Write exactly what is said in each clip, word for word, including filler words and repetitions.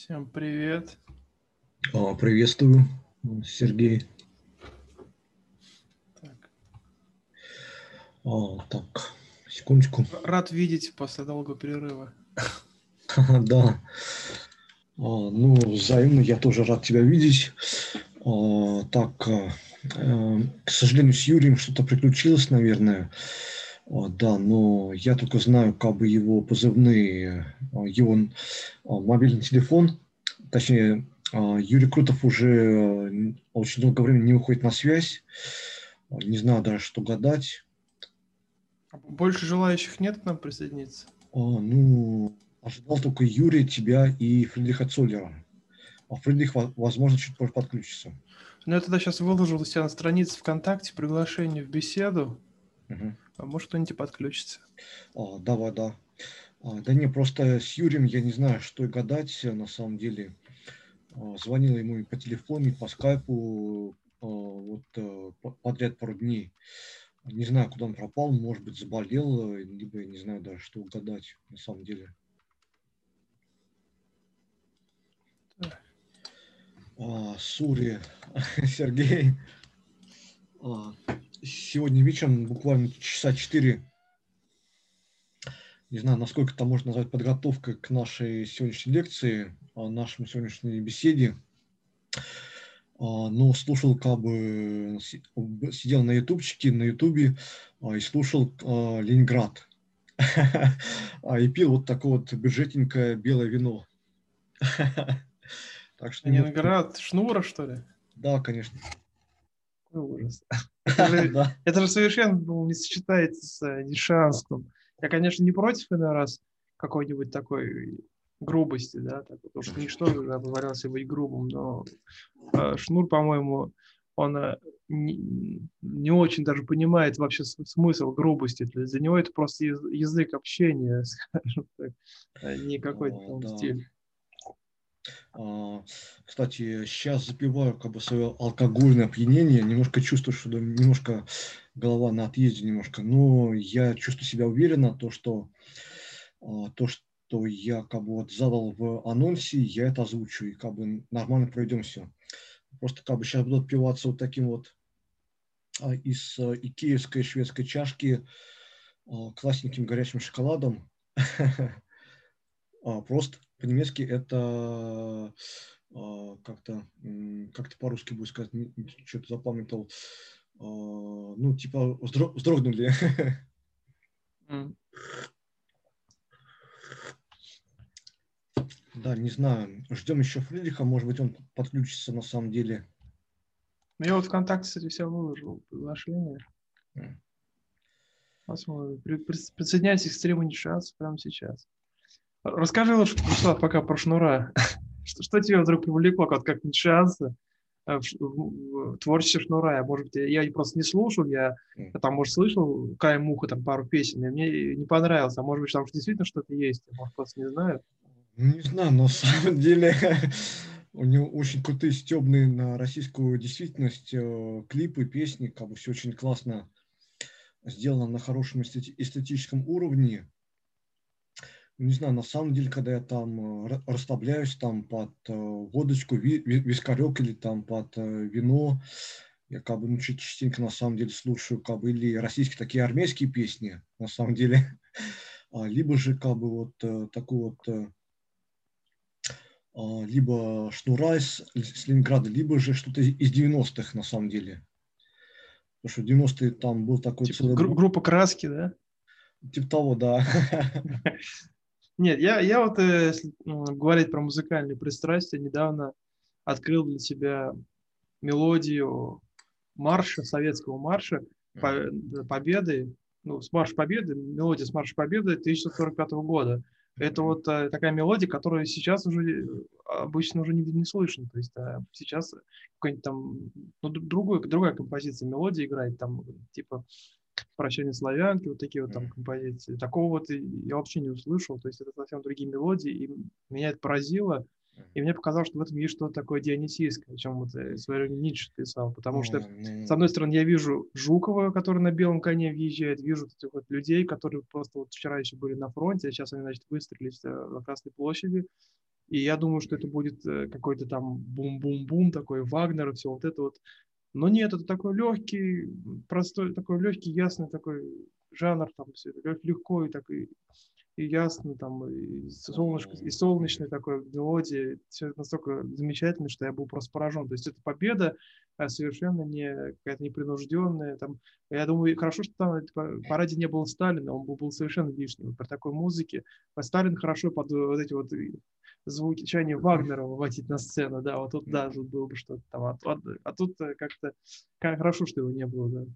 Всем привет. А, Приветствую, Сергей. Так. А, так, секундочку. Рад видеть после долгого перерыва. Да. А, ну, взаимно, я тоже рад тебя видеть. А, так, а, э, к сожалению, с Юрием что-то приключилось, наверное. А, да, но я только знаю, как бы его позывные, а, его а, мобильный телефон, точнее, а, Юрий Крутов уже э, очень долгое время не выходит на связь. А, Не знаю даже, что гадать. Больше желающих нет к нам присоединиться? А, ну, ожидал только Юрия, тебя и Фридриха Цоллера. А Фридрих, во- возможно, чуть позже подключится. Ну, я тогда сейчас выложил у себя на странице ВКонтакте приглашение в беседу. Мгм. А может, кто-нибудь и подключится. А, давай, да. А, да не, просто с Юрием я не знаю, что и гадать, э, на самом деле. А, звонил ему и по телефону, и по скайпу, а, вот э, по- подряд пару дней. Не знаю, куда он пропал, может быть, заболел, э, либо я не знаю даже, что гадать, на самом деле. Так. А, Сури, Сергей. А, Сегодня вечером, буквально часа четыре, не знаю, насколько это можно назвать подготовкой к нашей сегодняшней лекции, а, нашей сегодняшней беседе, А, но слушал, как бы, си- б- сидел на ютубчике, на ютубе, а, и слушал а, Ленинград. А, И пил вот такое вот бюджетненькое белое вино. Так что немножко... Ленинград, Шнура, что ли? Да, конечно. Какой ужас. Это же, Да. это же совершенно ну, не сочетается с э, ницшеанством. Я, конечно, не против иной раз какой-нибудь такой грубости, да, так, потому что ничто да, позволяло себе быть грубым, но э, Шнур, по-моему, он э, не, не очень даже понимает вообще с- смысл грубости. Для, для него это просто яз- язык общения, скажем так, а не какой-то А, там Да. стиль. А, Кстати, сейчас запиваю как бы свое алкогольное опьянение, немножко чувствую, что да, немножко голова на отъезде немножко, но я чувствую себя уверенно, то, что а, то, что я как бы вот задал в анонсе, я это озвучу и как бы нормально проведем все. Просто как бы сейчас буду отпиваться вот таким вот а, из а, икеевской шведской чашки а, классненьким горячим шоколадом. А, просто по-немецки это а, как-то, м, как-то по-русски будет сказать, н- н- что-то запамятовал. А, ну, типа, вздро- вздрогнули. М. Да, не знаю. Ждем еще Фридриха, может быть, он подключится на самом деле. Ну, я вот ВКонтакте, кстати, все выложил приглашение. М. Посмотрим. При- прис- Присоединяйтесь к стриму Нишиатс прямо сейчас. Расскажи лучше, Вячеслав, пока про Шнура. Что, что тебя вдруг привлекло, как, как Нишиатса, в, ш- в- в творчестве Шнура? Я, может быть, я, я просто не слушал, я, М. я там, может, слышал краем уха там пару песен, и мне не понравилось. А может быть, там действительно что-то есть, я, может, просто не знаю. Ну, не знаю, но на самом деле у него очень крутые стебные на российскую действительность э, клипы, песни, как бы все очень классно сделано на хорошем эстети- эстетическом уровне. Ну, не знаю, на самом деле, когда я там э, ра- расслабляюсь там под э, водочку, ви- ви- вискарек или там под э, вино, я как бы ну, чуть- частенько на самом деле слушаю как бы или российские такие армейские песни, на самом деле, а, либо же как бы вот э, такой вот э, а, либо Шнура из, с Ленинграда, либо же что-то из девяностых на самом деле. Потому что в девяностые там был такой Типа целый гру- блок, группа Краски, да? типа того, да. Нет, я, я вот, э, если м, говорить про музыкальные пристрастия, недавно открыл для себя мелодию марша, советского марша по- Победы, ну, с Марш Победы, мелодия с Марш Победы тысяча девятьсот сорок пятого года. Это вот э, такая мелодия, которую сейчас уже э, обычно уже нигде не слышно. То есть э, сейчас какой-нибудь там, ну, д- другой, другая композиция мелодии играет, там, типа «Прощание славянки», вот такие вот там композиции. Такого вот и я вообще не услышал, то есть это совсем другие мелодии, и меня это поразило, и мне показалось, что в этом есть что-то такое дионисийское, о чем вот э, в свое время Ницше писал, А, потому что, с ну, одной стороны, я вижу Жукова, который на белом коне въезжает, вижу этих вот людей, которые просто вот вчера еще были на фронте, а сейчас они, значит, выстрелились э, на Красной площади, И я думаю, что это будет э, какой-то там бум-бум-бум, такой Вагнер и все вот это вот. Но нет, это такой легкий, простой, такой легкий, ясный такой жанр, там все это легко и так и, и ясно, там и, солнышко, и солнечный такой мелодия. Все это настолько замечательно, что я был просто поражен. То есть это победа а, совершенно не какая-то непринужденная. Там, я думаю, хорошо, что там в параде не было Сталина, он был, был совершенно лишним. При такой музыке а Сталин хорошо под вот эти вот звучание Вагнера выводить на сцену, да, вот тут, да, тут было бы что-то там, а, а, а тут э, как-то как хорошо, что его не было, да.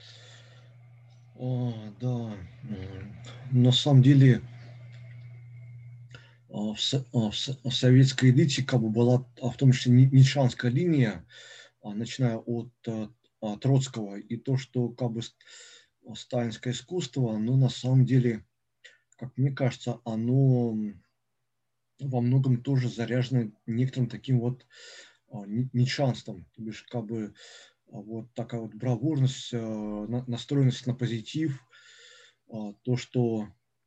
О, да. М, На самом деле а, в, со- а, в со- в советской элите как бы была, а, в том числе, ни- ницшанская линия, а, начиная от а, а, Троцкого, и то, что как бы с- а, сталинское искусство, оно на самом деле, как мне кажется, оно м, во многом тоже заряжено некоторым таким вот а, ни- ницшанством, то бишь как бы а, вот такая вот бравурность, а, на- настроенность на позитив, а, то, что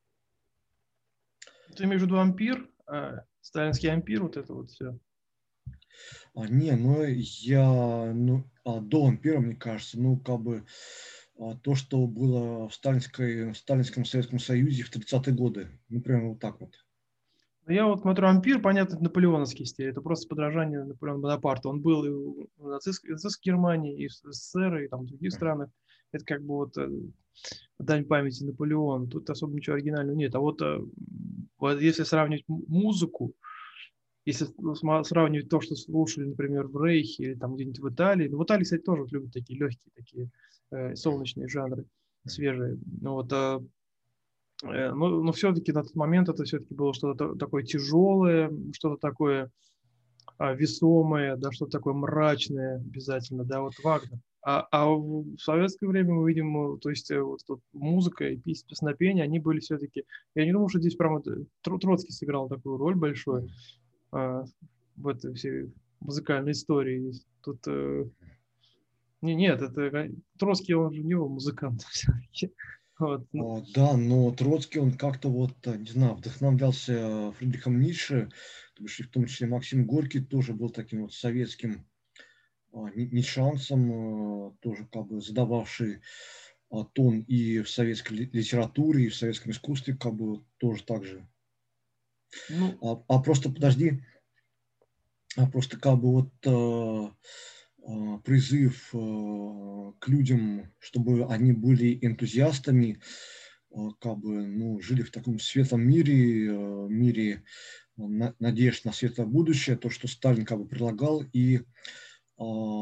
Ты имеешь в виду ампир, а, сталинский ампир, вот это вот все. А, не, ну я, ну, а, до ампира, мне кажется, ну, как бы а, то, что было в сталинской, в сталинском Советском Союзе в тридцатые годы. Ну, прямо вот так вот. Но я вот смотрю, ампир, понятно, это наполеоновский стиль, это просто подражание Наполеону Бонапарту. Он был и в нацистской, нацистской Германии, и в СССР, и там в других странах. Это как бы вот э, дань памяти Наполеону. Тут особо ничего оригинального нет. А вот, э, вот если сравнивать м- музыку, если сма- сравнивать то, что слушали, например, в Рейхе или там где-нибудь в Италии, ну, в Италии, кстати, тоже вот любят такие легкие, такие э, солнечные жанры, свежие. Ну, вот, э, э, но, но все-таки на тот момент это все-таки было что-то та- такое тяжелое, что-то такое а, весомое, да, что-то такое мрачное обязательно, да, вот Вагнер. А, а в советское время мы видим, э, то есть э, вот тут музыка и пес- песнопения, они были все-таки, я не думаю, что здесь прямо вот, э, Тро- Троцкий сыграл такую роль большую а, в этой всей музыкальной истории. Тут э, не, нет, это э, Троцкий, он же не был музыкант все-таки. Вот. Ну, А, да, но Троцкий, он как-то вот, а, не знаю, вдохновлялся Фридрихом Ницше, то бишь, и в том числе Максим Горький тоже был таким вот советским а, ни- ницшанцем, а, тоже как бы задававший а, тон и в советской ли- литературе, и в советском искусстве, как бы вот тоже так же. ну, А, а просто подожди, а просто как бы вот э, э, призыв э, к людям, чтобы они были энтузиастами, э, как бы, ну, жили в таком светлом мире, э, мире на- надежд на светлое будущее, то, что Сталин как бы предлагал, и э,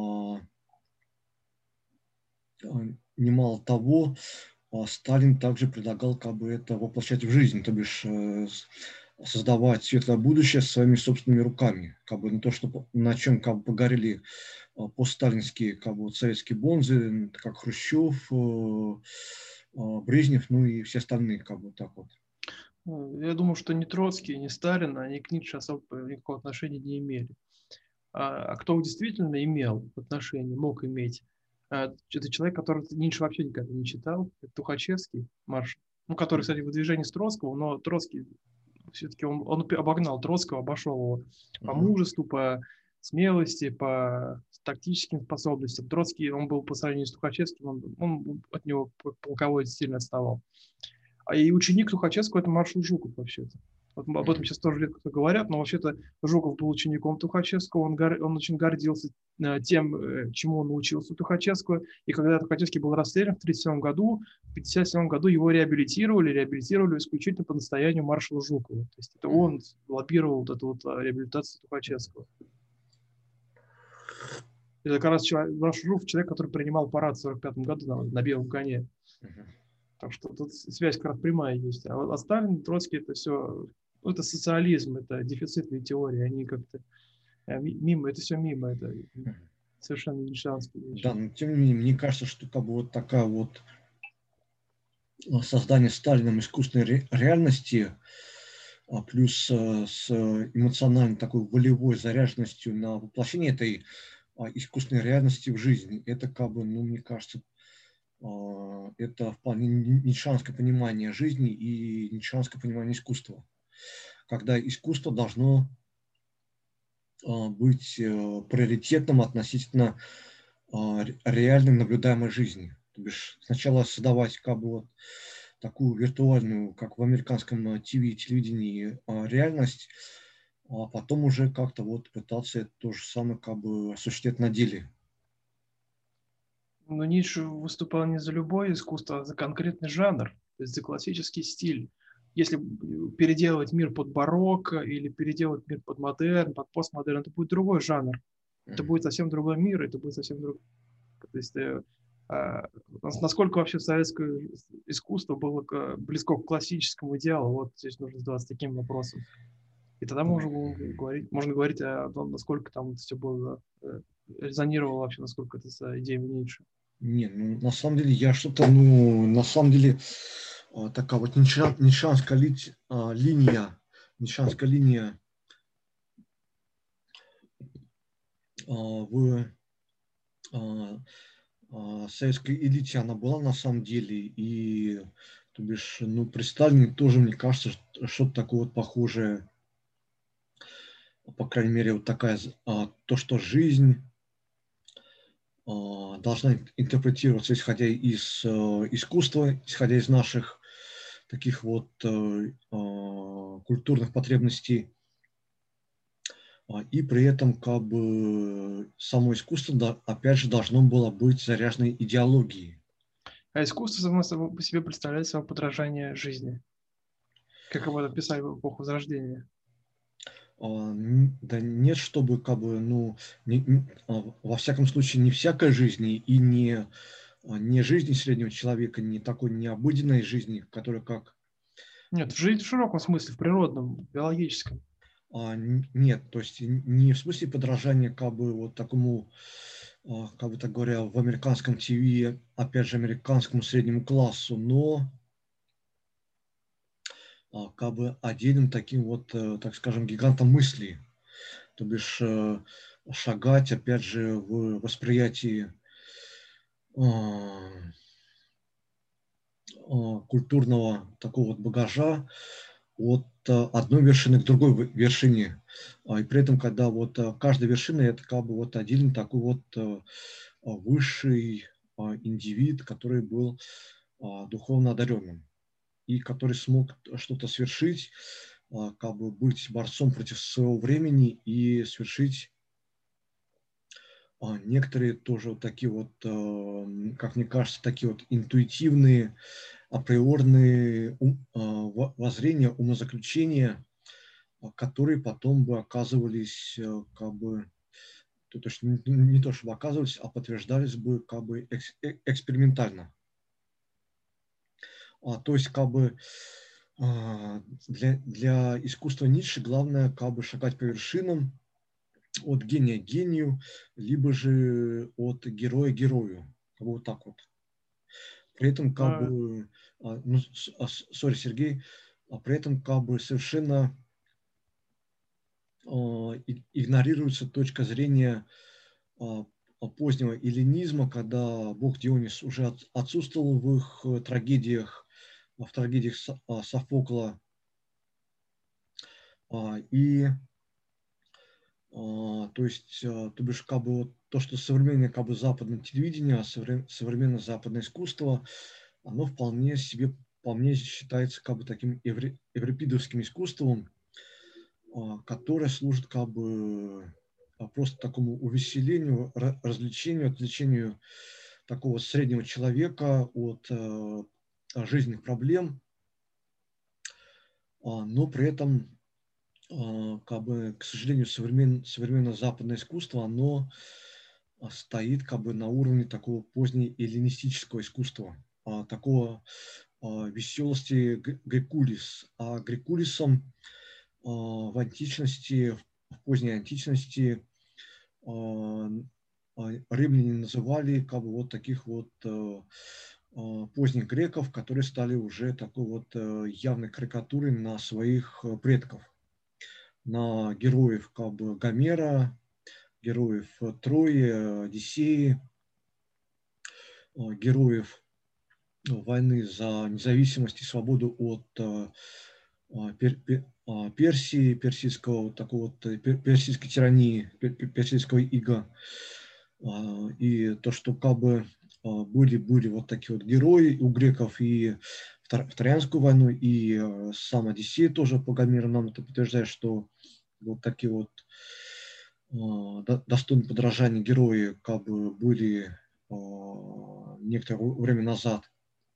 э, немало того, а Сталин также предлагал как бы это воплощать в жизнь, то бишь э, с- создавать светлое будущее своими собственными руками, как бы на то, что на чем как бы погорели а, постсталинские как бы вот советские бонзы, м, как Хрущев, э, а, Брежнев, ну и все остальные как бы вот так вот. ну, я думаю, что ни Троцкий, ни Сталин, они к Ницше особо никакого отношения не имели. А, а кто действительно имел отношение, мог иметь, а, это человек, который Ницше вообще никогда не читал, это Тухачевский, маршал, ну, который, кстати, в движении с Троцкого, но Троцкий все-таки он, он обогнал Троцкого, обошел его по Мгм. мужеству, по смелости, по тактическим способностям. Троцкий, он был по сравнению с Тухачевским, он, он от него полководец сильно отставал. А и ученик Тухачевского – это маршал Жуков вообще-то. Вот об этом сейчас тоже редко кто говорят, но вообще-то Жуков был учеником Тухачевского, он, гор, он очень гордился э, тем, э, чему он научился у Тухачевского. И когда Тухачевский был расстрелян в тысяча девятьсот тридцать седьмом году, в тысяча девятьсот пятьдесят седьмом году его реабилитировали, реабилитировали исключительно по настоянию маршала Жукова. То есть это он лоббировал вот эту вот э, реабилитацию Тухачевского. Это как раз человек, маршал Жуков, человек, который принимал парад в сорок пятом году на, на белом коне. Мгм. Так что тут связь как раз прямая есть. А, вот- а Сталин, Троцкий это все, ну, это социализм, это дефицитные теории, они как-то э, ми- мимо, это все мимо, это Мгм. совершенно нишанские Да, вещи. но тем не менее, мне кажется, что как бы вот такая вот а, создание Сталином искусственной ре- реальности, а плюс э, с эмоциональной такой волевой заряженностью на воплощение этой а, искусственной реальности в жизни, это как бы, ну, мне кажется, а, это вполне ни- ницшанское понимание жизни и ницшанское понимание искусства, когда искусство должно быть приоритетным относительно реальной наблюдаемой жизни. То бишь сначала создавать как бы вот такую виртуальную, как в американском ТВ, телевидении, реальность, а потом уже как-то вот пытаться это то же самое как бы осуществлять на деле. Но Ницше выступал не за любое искусство, а за конкретный жанр, то есть за классический стиль. Если переделывать мир под барокко или переделать мир под модерн, под постмодерн, это будет другой жанр. Это будет совсем другой мир, это будет совсем другой. То есть э, а, насколько вообще советское искусство было к, близко к классическому идеалу, вот здесь нужно задаваться таким вопросом. И тогда можно говорить, можно говорить о том, насколько там это все было, э, резонировало вообще, насколько это с идеями Ницше. Не, ну на самом деле я что-то, ну на самом деле такая вот ницшанская ли, линия, ницшанская линия в советской элите, она была на самом деле, и то бишь, ну, при Сталине тоже, мне кажется, что-то такое вот похожее, по крайней мере, вот такая, то, что жизнь должна интерпретироваться, исходя из искусства, исходя из наших таких вот культурных потребностей, и при этом как бы само искусство, опять же, должно было быть заряжено идеологией. А искусство само по себе представляет собой подражание жизни, как об этом писали в эпоху Возрождения. Да нет, чтобы как бы, ну, не, во всяком случае, не всякой жизни и не, не жизни среднего человека, не такой необыденной жизни, которая как... Нет, в жизни в широком смысле, в природном, биологическом. А, нет, то есть не в смысле подражания как бы вот такому, как бы так говоря, в американском ТВ, опять же, американскому среднему классу, но как бы отдельным таким вот, так скажем, гигантом мысли. То бишь шагать, опять же, в восприятии культурного такого вот багажа от одной вершины к другой вершине. И при этом, когда вот каждая вершина – это как бы вот один такой вот высший индивид, который был духовно одаренным и который смог что-то свершить, как бы быть борцом против своего времени и свершить некоторые тоже вот такие вот, как мне кажется, такие вот интуитивные, априорные воззрения, умозаключения, которые потом бы оказывались как бы, то есть не, не то чтобы оказывались, а подтверждались бы как бы экс, экспериментально. А, то есть как бы для, для искусства Ницше главное как бы шагать по вершинам, от гения к гению, либо же от героя к герою. Вот так вот. При этом как а... бы, ну, сори, Сергей, а при этом как бы совершенно игнорируется точка зрения позднего эллинизма, когда бог Дионис уже отсутствовал в их трагедиях, в трагедиях Софокла. И то есть, то бишь, как бы вот то, что современное как бы западное телевидение, современное западное искусство, оно вполне себе, по мне, считается как бы таким эврипидовским искусством, которое служит как бы просто такому увеселению, развлечению, отвлечению такого среднего человека от жизненных проблем, но при этом, как бы, к сожалению, современ, современное западное искусство, оно стоит как бы на уровне такого позднеэллинистического искусства, такого веселости Грекулис. А Грекулисом в античности, в поздней античности римляне называли как бы вот таких вот поздних греков, которые стали уже такой вот явной карикатурой на своих предков, на героев как бы Гомера, героев Трои, Одиссеи, героев войны за независимость и свободу от Персии, персидского, такого вот, персидской тирании, персидского ига. И то, что как бы были, были вот такие вот герои у греков и в Троянскую войну, и сам Одиссей тоже по Гомеру нам это подтверждает, что вот такие вот достойные подражания герои как бы были некоторое время назад.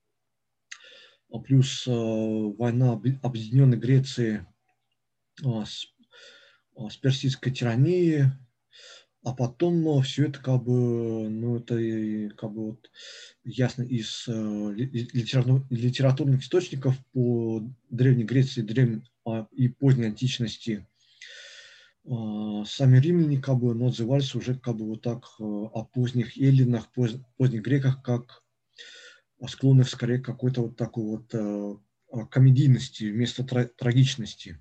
Плюс война Объединенной Греции с, с персидской тиранией, а потом все это как бы, ну это как бы вот ясно из литературных, литературных источников по Древней Греции древней, и поздней античности. Сами римляне как бы, ну, отзывались уже как бы вот так о поздних эллинах, поздних, поздних греках, как склонных скорее к какой-то вот такой вот комедийности вместо трагичности.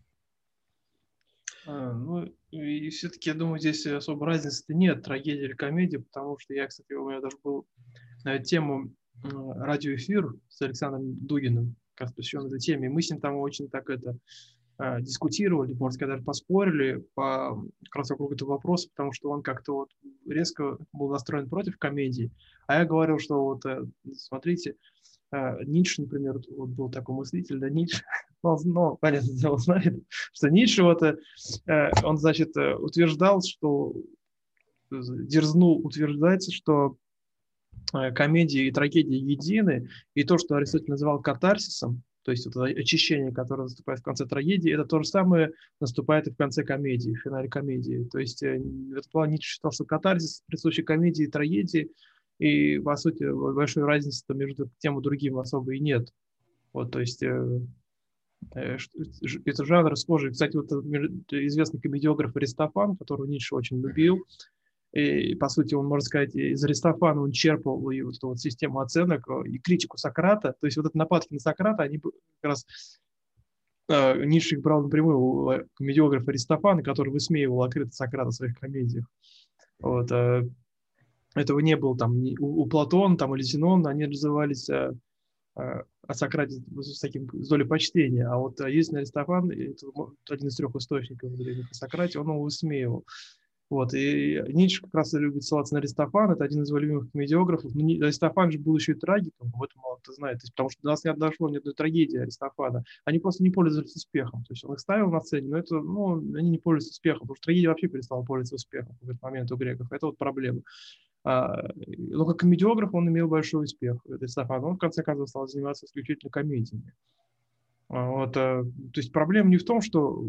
А, ну, и все-таки, я думаю, здесь особо разницы-то нет, трагедия или комедия, потому что я, кстати, у меня даже был на эту тему радиоэфир с Александром Дугиным, как раз посвящен этой теме, и мы с ним там очень так это дискутировали, можно сказать, даже поспорили по, как раз вокруг этого вопроса, потому что он как-то вот резко был настроен против комедии, а я говорил, что вот, смотрите, Ницше, например, вот был такой мыслитель, да, Ницше, ну, понятное дело, знает, что Ницше, вот, он, значит, утверждал, что, дерзнул утверждать, что комедия и трагедия едины, и то, что Аристотель называл катарсисом, то есть это очищение, которое наступает в конце трагедии, это то же самое наступает и в конце комедии, в финале комедии. То есть в этом плане Ницше считал, что катарсис присущий комедии и трагедии, и, по сути, большой разницы между тем и другим особо и нет. Вот, то есть э, э, это жанр схожий. Кстати, вот известный комедиограф Аристофан, которого Ницше очень любил, и, по сути, он, можно сказать, из Аристофана он черпал и вот эту вот систему оценок, и критику Сократа. То есть вот эти нападки на Сократа, они как раз э, Ницше их брал напрямую у комедиографа Аристофана, который высмеивал открыто Сократа в своих комедиях. Вот, э, этого не было там ни у, у Платона там, или Зенона, они назывались э, э, о Сократе с таким с долей почтения. А вот единственный Аристофан, это один из трех источников древних о Сократе, он его высмеивал. Вот, и Ницше как раз любит ссылаться на Аристофана, это один из его любимых комедиографов. Но Аристофан же был еще и трагиком, об этом мало кто знает, есть, потому что до нас не дошло ни одной трагедии Аристофана. Они просто не пользовались успехом, то есть он их ставил на сцене, но это, ну, они не пользуются успехом, потому что трагедия вообще перестала пользоваться успехом в этот момент у греков. Это вот проблема. А, но как комедиограф он имел большой успех, Аристофан. Он в конце концов стал заниматься исключительно комедиями. Вот, то есть проблема не в том, что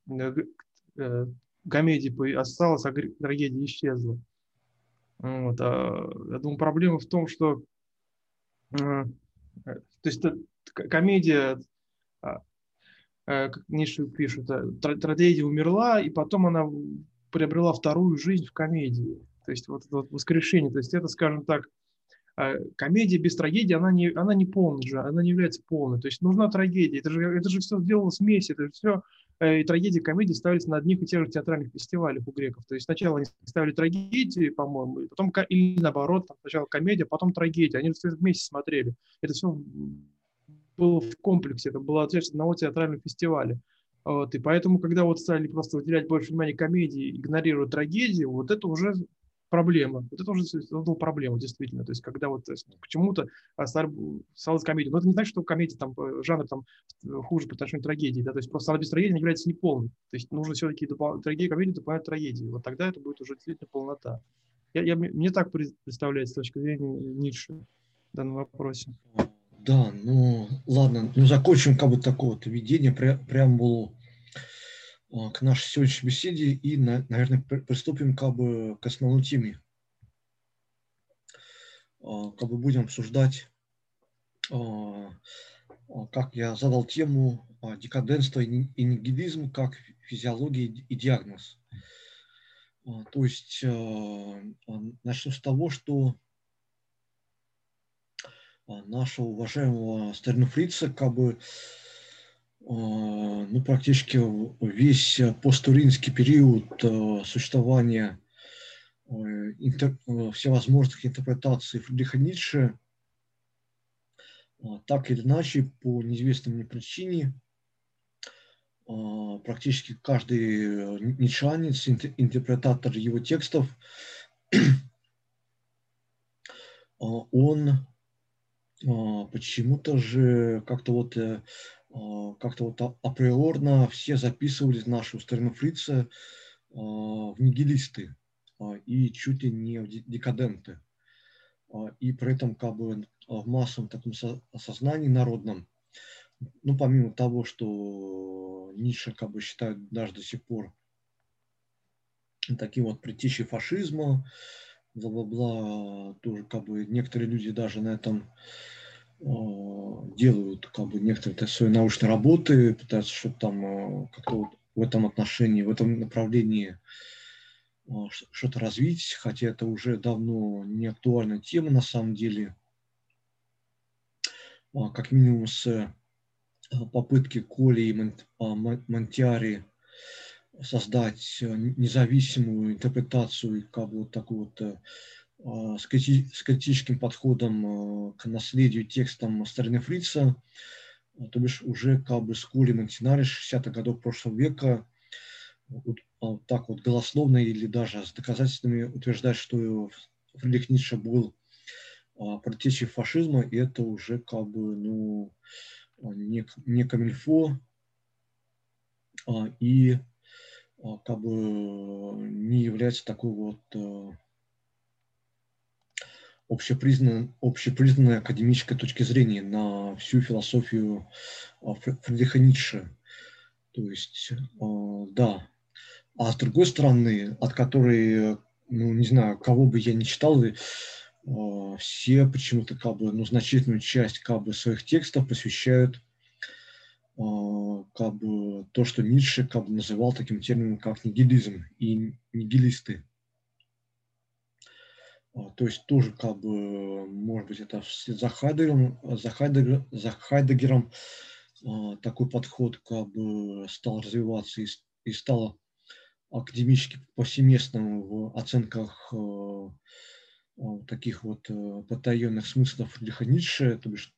комедия осталась, а трагедия исчезла. Вот. А, я думаю, проблема в том, что э, то есть комедия, как Ницше пишет, трагедия умерла, и потом она приобрела вторую жизнь в комедии. То есть вот это вот воскрешение. То есть это, скажем так, комедия без трагедии, она не, она не полная же, она не является полной. То есть нужна трагедия. Это же, это же все делалось вместе, это же все и трагедии, и комедии ставились на одних и тех же театральных фестивалях у греков. То есть сначала они ставили трагедии, по-моему, и потом, или наоборот, там сначала комедия, потом трагедия. Они все вместе смотрели. Это все было в комплексе, это было часть одного театрального фестиваля. Вот, и поэтому, когда вот стали просто выделять больше внимания комедии, игнорируя трагедию, вот это уже проблема. Вот это уже это была проблема, действительно. То есть, когда вот почему-то стала комедия. Но это не значит, что комедия, там, жанр там, хуже по отношению к трагедии. Да? То есть, просто она без трагедии является неполной. То есть, нужно все-таки допол- трагедию, комедию дополнять трагедии. Вот тогда это будет уже действительно полнота. Я, я, мне так представляется с точки зрения Ницше в данном вопросе. Да, ну ладно, ну закончим как бы такое вот введение, преамбулу к нашей сегодняшней беседе и, наверное, приступим как бы к основной теме. Как бы будем обсуждать, как я задал тему, декаденство и нигилизм как физиология и диагноз. То есть начну с того, что нашего уважаемого старину Фрица как бы ну, практически весь посттуринский период существования интер, всевозможных интерпретаций Фридриха Ницше так или иначе по неизвестной мне причине практически каждый ницшеанец, интерпретатор его текстов, он почему-то же как-то вот, как-то вот априорно все записывали нашего старину Фрица в нигилисты и чуть ли не в декаденты. И при этом как бы в массовом таком сознании народном, ну, помимо того, что Ницше как бы считают даже до сих пор таким вот предтечей фашизма, бла-бла-бла, тоже как бы некоторые люди даже на этом э, делают как бы некоторые свои научные работы, пытаются что-то там э, как-то вот в этом отношении, в этом направлении э, что-то развить, хотя это уже давно не актуальная тема на самом деле, э, как минимум с попытки Коли и Монтиари создать независимую интерпретацию, как бы вот такую вот с критическим подходом к наследию текстам старины Фрица, то бишь уже как бы с Коли и Монтиари шестидесятых годов прошлого века вот, вот так вот голословно или даже с доказательствами утверждать, что Фридрих Ницше был предтечей фашизма, и это уже как бы, ну, не, не камильфо, а, и а, как бы не является такой вот общепризнанной, общепризнанной академической точки зрения на всю философию Фридриха Ницше. То есть, а, да. А с другой стороны, от которой, ну, не знаю, кого бы я ни читал, все почему-то как бы, ну, значительную часть как бы своих текстов посвящают как бы то, что Ницше как бы называл таким термином, как нигилизм и нигилисты. То есть тоже как бы, может быть, это вслед за Хайдегером, за Хайдегером, за Хайдегером такой подход как бы стал развиваться и, и стал академически повсеместным в оценках таких вот потаенных смыслов Фридриха Ницше, то бишь,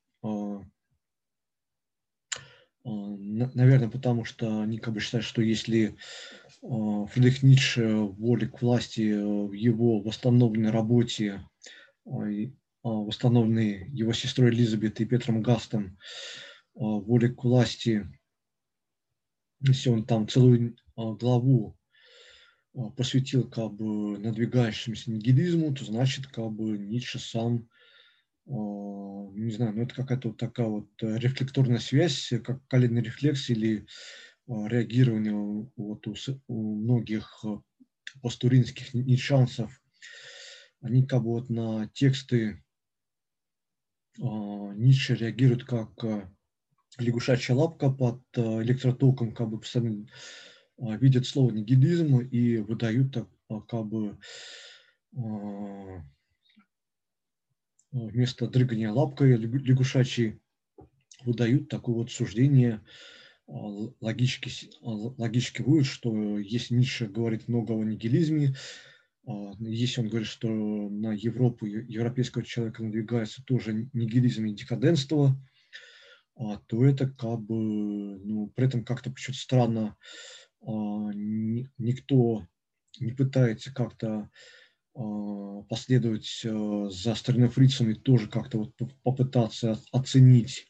наверное, потому что они как бы считают, что если Фридрих Ницше воли к власти в его восстановленной работе, восстановленной его сестрой Элизабет и Петром Гастом, воли к власти, если он там целую главу посвятил как бы надвигающемуся нигилизму, то значит как бы Ницше сам, не знаю, ну это какая-то вот такая вот рефлекторная связь, как коленный рефлекс или реагирование вот у, у многих посттуринских ницшанцев. Они как бы вот на тексты Ницше реагируют как лягушачья лапка под электротоком, как бы постоянно видят слово нигилизм и выдают так, как бы вместо дрыгания лапкой лягушачьей выдают такое вот суждение, логический, логический вывод, что если Ницше говорит много о нигилизме, если он говорит, что на Европу, европейского человека надвигается тоже нигилизм и декаденство, то это как бы, ну, при этом как-то почему-то странно, никто не пытается как-то последовать за стариной Фрицем и тоже как-то вот попытаться оценить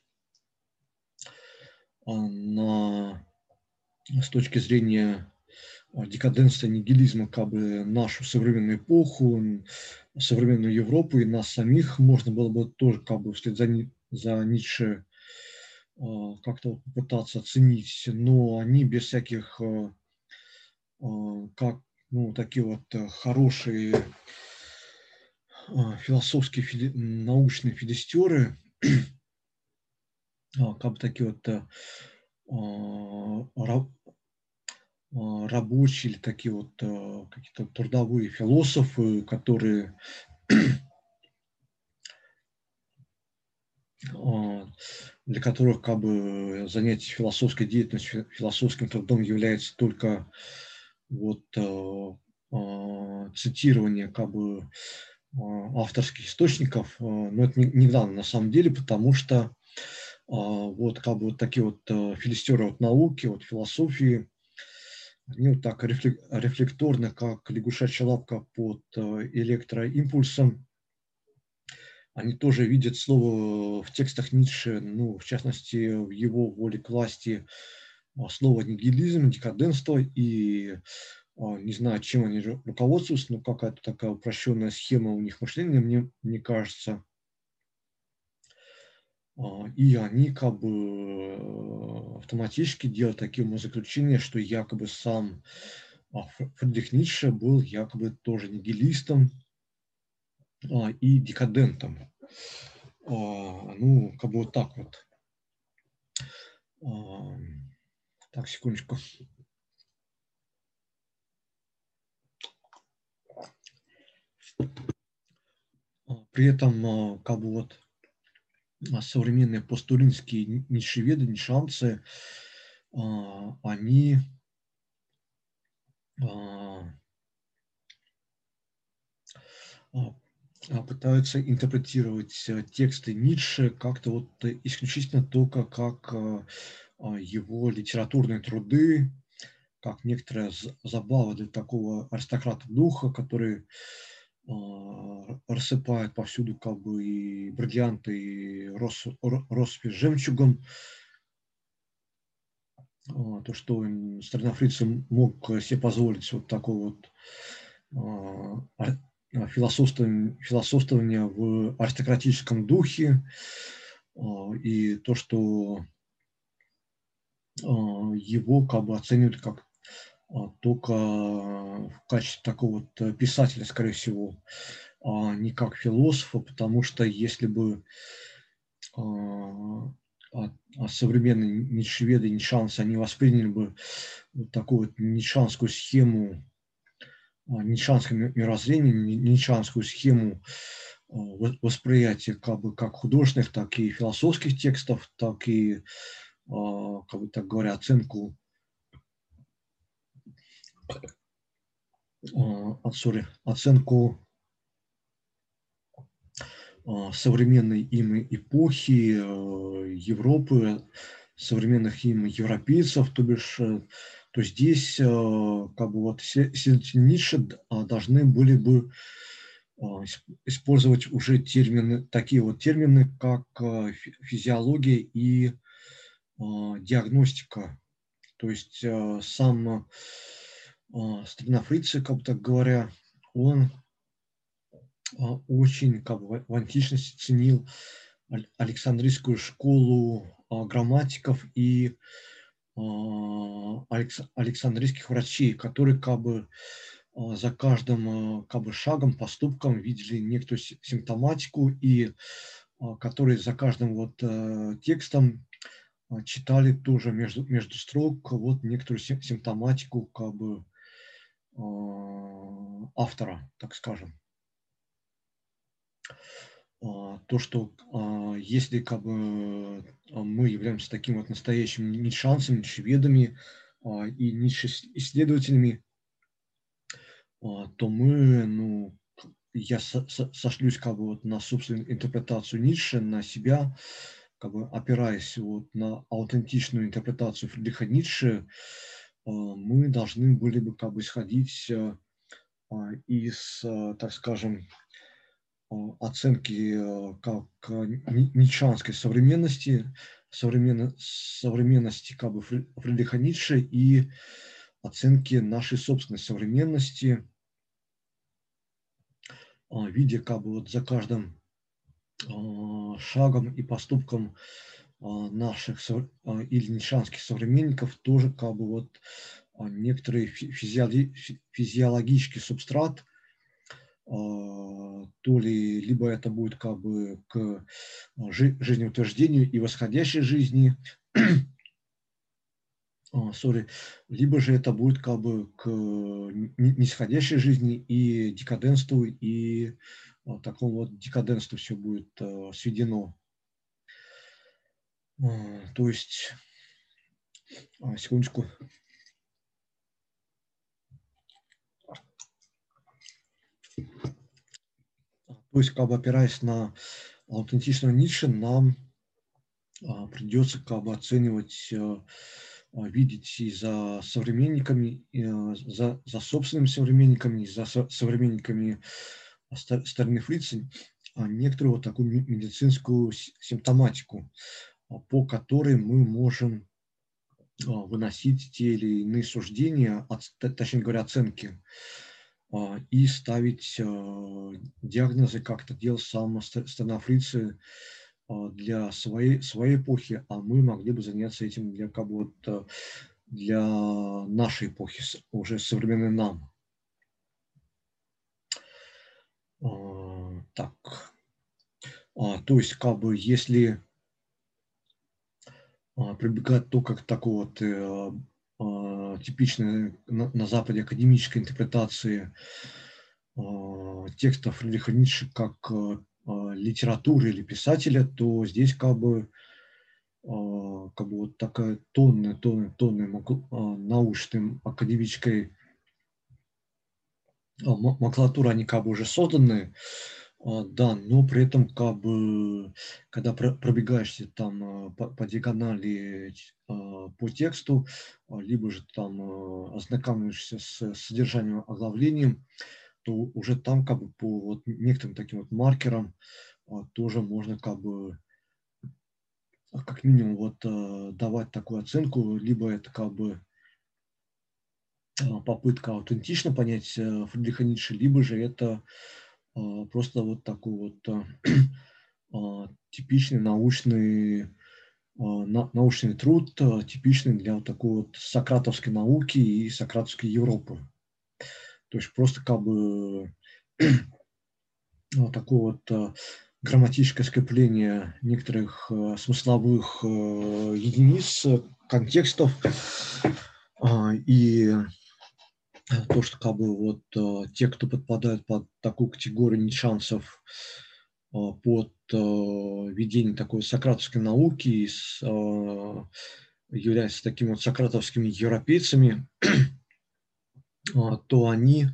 на, с точки зрения декаденства, нигилизма, как бы нашу современную эпоху, современную Европу и нас самих можно было бы тоже как бы вслед за, за Ницше как-то попытаться оценить, но они без всяких как, ну, такие вот хорошие философские, фили, научные филистеры, как бы такие вот рабочие или такие вот какие-то трудовые философы, которые для которых как бы занятие философской деятельностью, философским трудом является только вот цитирование как бы авторских источников, но это не, не главное на самом деле, потому что Вот как бы вот такие вот филистеры от науки, от философии, они вот так рефлекторно, как лягушачья лапка под электроимпульсом, они тоже видят слово в текстах Ницше, ну, в частности, в его воле к власти, слово нигилизм, декаденство, и не знаю, чем они руководствуются, но какая-то такая упрощенная схема у них мышления, мне, мне кажется. И они как бы автоматически делают такие умозаключения, что якобы сам Фридрих Ницше был якобы тоже нигилистом и декадентом. Ну, как бы вот так вот. Так, секундочку. При этом, как бы вот современные посттуринские ницшеведы, ницшанцы, они пытаются интерпретировать тексты Ницше как-то вот исключительно только как его литературные труды, как некоторая забава для такого аристократа духа, который рассыпает повсюду как бы и бриллианты, и россыпи с жемчугом. То, что старинофрицы мог себе позволить вот такое вот философствование, философствование в аристократическом духе, и то, что его как бы оценивают как только в качестве такого вот писателя, скорее всего, а не как философа, потому что если бы современные ницшеведы и ницшанцы, они восприняли бы вот такую вот ницшанскую схему, ницшанское мировоззрение, ницшанскую схему восприятия как бы как художественных, так и философских текстов, так и, как бы так говоря, оценку sorry, оценку современной им эпохи Европы, современных им европейцев, то бишь, то здесь как бы вот исследователи Ницше должны были бы использовать уже термины, такие вот термины, как физиология и диагностика. То есть сам старинофрицы, как бы так говоря, он очень как бы в античности ценил Александрийскую школу грамматиков и александрийских врачей, которые как бы за каждым как бы шагом, поступком видели некоторую симптоматику и которые за каждым вот текстом читали тоже между, между строк вот некоторую симптоматику как бы автора, так скажем. То, что если как бы мы являемся таким вот настоящим ницшанцами, ницшеведами и ницше-исследователями, то мы, ну, я сошлюсь как бы вот на собственную интерпретацию Ницше, на себя, как бы опираясь вот на аутентичную интерпретацию Фридриха Ницше, мы должны были бы как бы исходить из, так скажем, оценки как ницшанской современности, современ, современности как бы Фридриха Ницше и оценки нашей собственной современности, видя как бы вот за каждым шагом и поступком наших или ницшанских современников тоже как бы вот некоторый физиологический субстрат, то ли либо это будет как бы к жизнеутверждению и восходящей жизни, sorry, либо же это будет как бы к нисходящей жизни и декаденству, и такому вот декаденству все будет сведено. То есть, секундочку. То есть, как бы опираясь на аутентичного Ницше, нам придется как бы оценивать, видеть и за современниками, и за, за собственными современниками, и за современниками остальных лиц некоторую вот такую медицинскую симптоматику, по которой мы можем выносить те или иные суждения, точнее говоря, оценки, и ставить диагнозы, как это делал сам Стефан для своей, своей эпохи, а мы могли бы заняться этим для кого-то, для нашей эпохи, уже современной нам. Так, то есть, как бы, если прибегать только к такой вот типичной на, на Западе академической интерпретации текстов Фридриха Ницше как литературы или писателя, то здесь как бы, как бы вот такая тонная, тонная, тонная научной академической макулатура, они как бы уже созданы, да, но при этом как бы, когда пробегаешься там по, по диагонали по тексту, либо же там ознакомишься с содержанием оглавлением, то уже там как бы по вот некоторым таким вот маркерам тоже можно как бы как минимум вот давать такую оценку, либо это как бы попытка аутентично понять Фридриха Ницше, либо же это просто вот такой вот типичный научный, научный труд, типичный для вот такой вот сократовской науки и сократовской Европы. То есть просто как бы вот такое вот грамматическое скрепление некоторых смысловых единиц, контекстов, и то, что как бы вот те, кто подпадают под такую категорию нитшанцев, под ведение такой сократовской науки и с, являются такими вот сократовскими европейцами, то они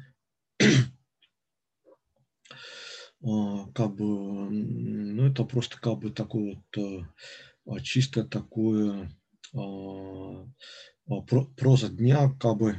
как бы, ну, это просто как бы такое вот чисто такое проза дня, как бы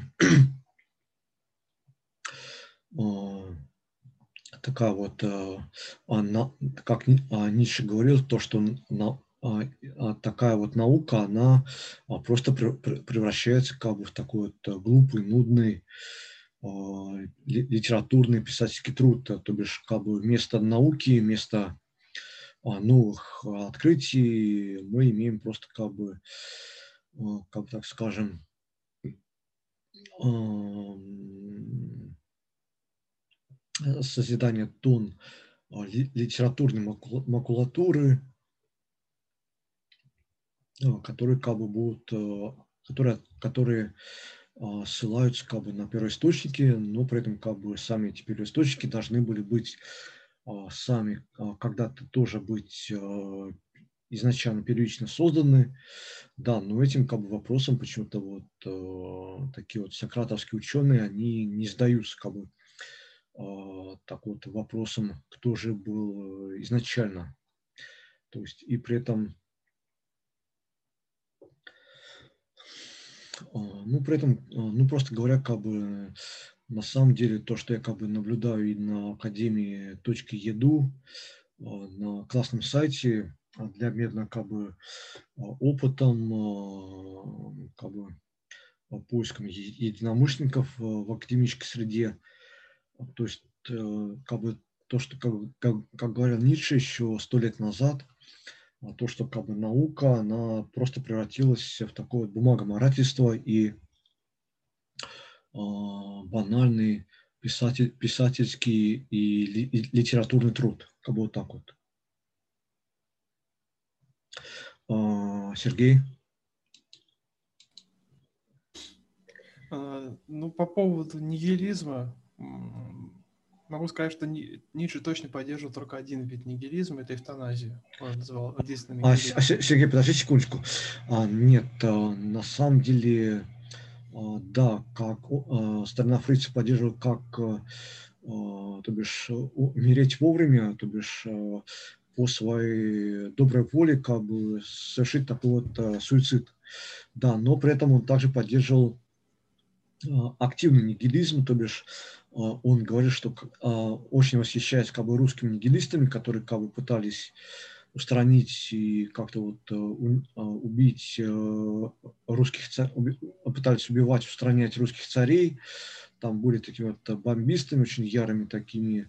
такая вот, как Ницше говорил, то, что такая вот наука, она просто превращается как бы в такой вот глупый, нудный литературный писательский труд, то бишь как бы вместо науки, вместо новых открытий мы имеем просто как бы, как так скажем, созидание тон литературной макулатуры, которые как бы будут, которые, которые ссылаются как бы на первоисточники, но при этом как бы сами эти первоисточники должны были быть сами когда-то тоже быть изначально первично созданы, да, но этим как бы вопросом почему-то вот такие вот сократовские ученые, они не сдаются как бы так вот вопросом, кто же был изначально, то есть и при этом ну, при этом, ну, просто говоря, как бы, на самом деле, то, что я как бы наблюдаю и на академии .edu, на классном сайте для обмена как бы опытом, как бы поиском единомышленников в академической среде, то есть как бы то, что, как, как, как говорил Ницше еще сто лет назад, то, что как бы наука, она просто превратилась в такое бумагоморательство и э, банальный писатель, писательский и, ли, и литературный труд. Как бы вот так вот. Э, Сергей? А, ну, по поводу нигилизма, могу сказать, что Ницше точно поддерживал только один вид нигилизма, это эвтаназию. Он называл единственным А, нигилизмом. Сергей, подожди секундочку. А, нет, на самом деле, да, как сторона Фрица поддерживает как, то бишь, умереть вовремя, то бишь, по своей доброй воле как бы совершить такой вот а, суицид. Да, но при этом он также поддерживал а, активный нигилизм, то бишь а, он говорит, что а, очень восхищается как бы русскими нигилистами, которые как бы пытались устранить и как-то вот а, у, а, убить а, русских царей, уби, пытались убивать, устранять русских царей, там были такими вот бомбистами, очень ярыми такими.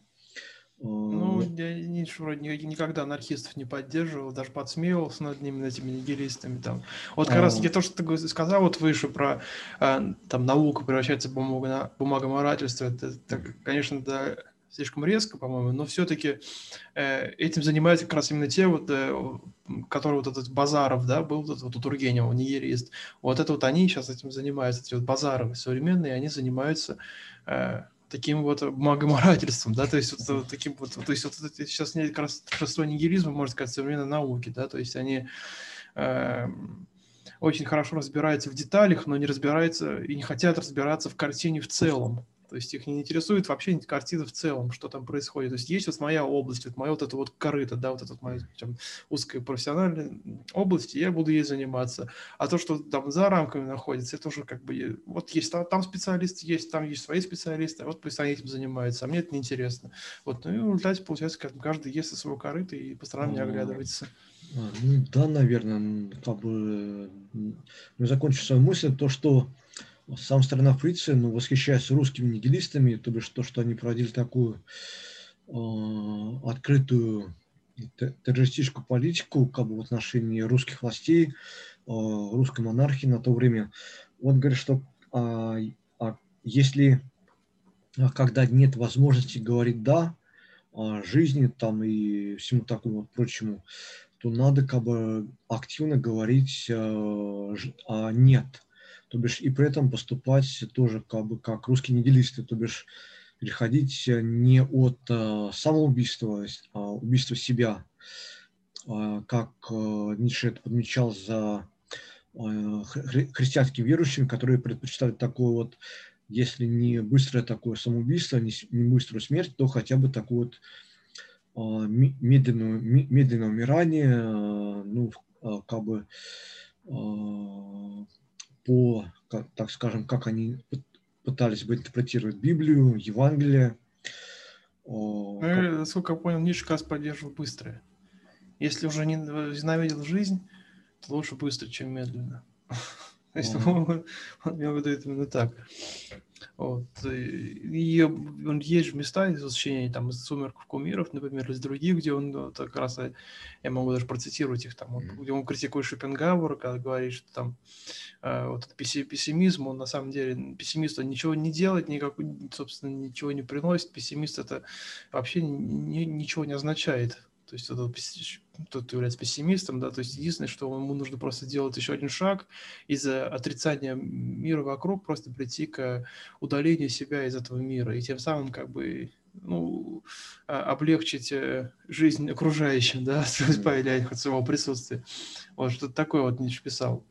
Ну, я Ницше вроде ни- никогда анархистов не поддерживал, даже подсмеивался над ними, над этими нигилистами там. Вот как раз А, таки то, что ты го- сказал вот выше про а, там наука превращается в бумагу, на- бумагоморательство, это, это, конечно, да, слишком резко, по-моему, но все-таки э, этим занимаются как раз именно те, вот, э, которые вот этот Базаров, да, был вот этот вот у Тургенева, нигилист. Вот это вот они сейчас этим занимаются, эти вот Базаровы современные, они занимаются э, таким вот бумагоморательством, да, то есть вот, вот таким вот, то есть вот это сейчас нет как раз торжество нигилизма, можно сказать, современной науки, да, то есть они э, очень хорошо разбираются в деталях, но не разбираются и не хотят разбираться в картине в целом. То есть их не интересует вообще картина в целом, что там происходит. То есть есть вот моя область, вот моя вот эта вот корыто, да, вот эта вот моя там, узкая профессиональная область, и я буду ей заниматься. А то, что там за рамками находится, это уже как бы, вот есть там, там специалисты, есть, там есть свои специалисты, а вот пусть они этим занимаются, а мне это неинтересно. Вот, ну и в результате получается, как каждый ест со своего корыта и по сторонам не оглядывается. А, ну да, наверное, как бы ну, закончу свою мысль, то, что сам страна Фриция, ну, восхищается русскими нигилистами, то бишь то, что они проводили такую э, открытую террористическую политику как бы в отношении русских властей, э, русской монархии на то время. Он говорит, что а, а, если а, когда нет возможности говорить «да», а, жизни там и всему такому вот прочему, то надо как бы активно говорить э, ж- а, «нет». То бишь и при этом поступать тоже как бы как русские нигилисты, то бишь переходить э, не от э, самоубийства, а убийства себя, а, как э, Ницше это подмечал за э, хри- христианским верующим, которые предпочитают такое вот, если не быстрое такое самоубийство, не, с- не быструю смерть, то хотя бы такую вот а, ми- медленную, ми- медленное умирание, а, ну, а, как бы а, по, как- так скажем, как они пы- пытались бы интерпретировать Библию, Евангелие. Ну, а, как- и, насколько я понял, Ницше как раз поддерживал быстрое. Если уже не возненавидел жизнь, то лучше быстро, чем медленно. То есть а, он, он имел в виду это именно так. Вот. И он есть же места из сочинений, там, из «Сумерков кумиров», например, из других, где он вот, как раз, я могу даже процитировать их, там, вот, где он критикует Шопенгауэра, когда говорит, что там э, вот этот пессимизм, он на самом деле, пессимист, он ничего не делает, никак, собственно, ничего не приносит, пессимист это вообще ни, ничего не означает. То есть этот, тот, кто является пессимистом, да, то есть единственное, что ему нужно просто сделать еще один шаг из отрицания мира вокруг, просто прийти к удалению себя из этого мира, и тем самым как бы ну, облегчить жизнь окружающим, да, избавляя их от своего присутствия. Вот что-то такое вот Ницше писал.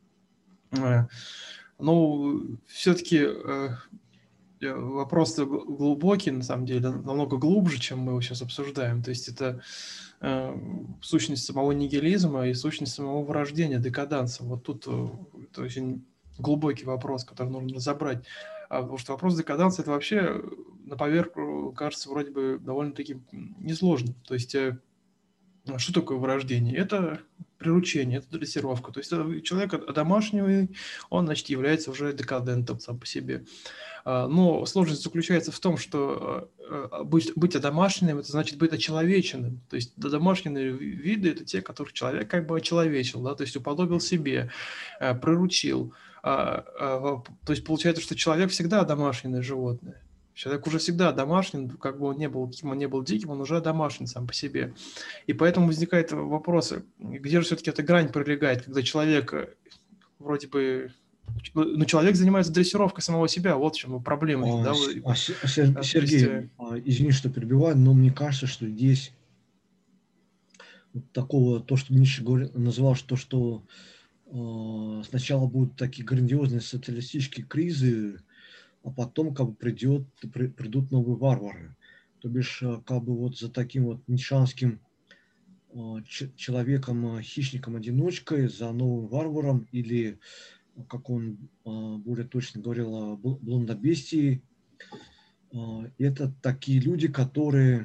Ну, все-таки вопрос глубокий, на самом деле, намного глубже, чем мы его сейчас обсуждаем. То есть это э, сущность самого нигилизма и сущность самого вырождения, декаданса. Вот тут это очень глубокий вопрос, который нужно разобрать. А, потому что вопрос декаданса это вообще на поверку кажется вроде бы довольно-таки несложным. То есть э, что такое вырождение? Это приручение, это дрессировка. То есть человек одомашнивый, он, значит, является уже декадентом сам по себе. Но сложность заключается в том, что быть, быть одомашненным, это значит быть очеловеченным. То есть домашние виды – это те, которых человек как бы очеловечил, да, то есть уподобил себе, приручил. То есть получается, что человек всегда одомашненное животное. Человек уже всегда домашний, как бы он не был, каким он не был диким, он уже домашний сам по себе. И поэтому возникает вопрос, где же все-таки эта грань пролегает, когда человек вроде бы... Ну, человек занимается дрессировкой самого себя, вот в чем проблема-то, а, да? С- а, Се- а, Сер- То есть, Сергей, а, извини, что перебиваю, но мне кажется, что здесь вот такого, то, что Ницше говорил, называл, что, что э, сначала будут такие грандиозные социалистические кризы, а потом как бы придет, при, придут новые варвары. То бишь, э, как бы вот за таким вот ницшанским человеком-хищником-одиночкой, за новым варваром или, как он более точно говорил, блондобестией. Это такие люди, которые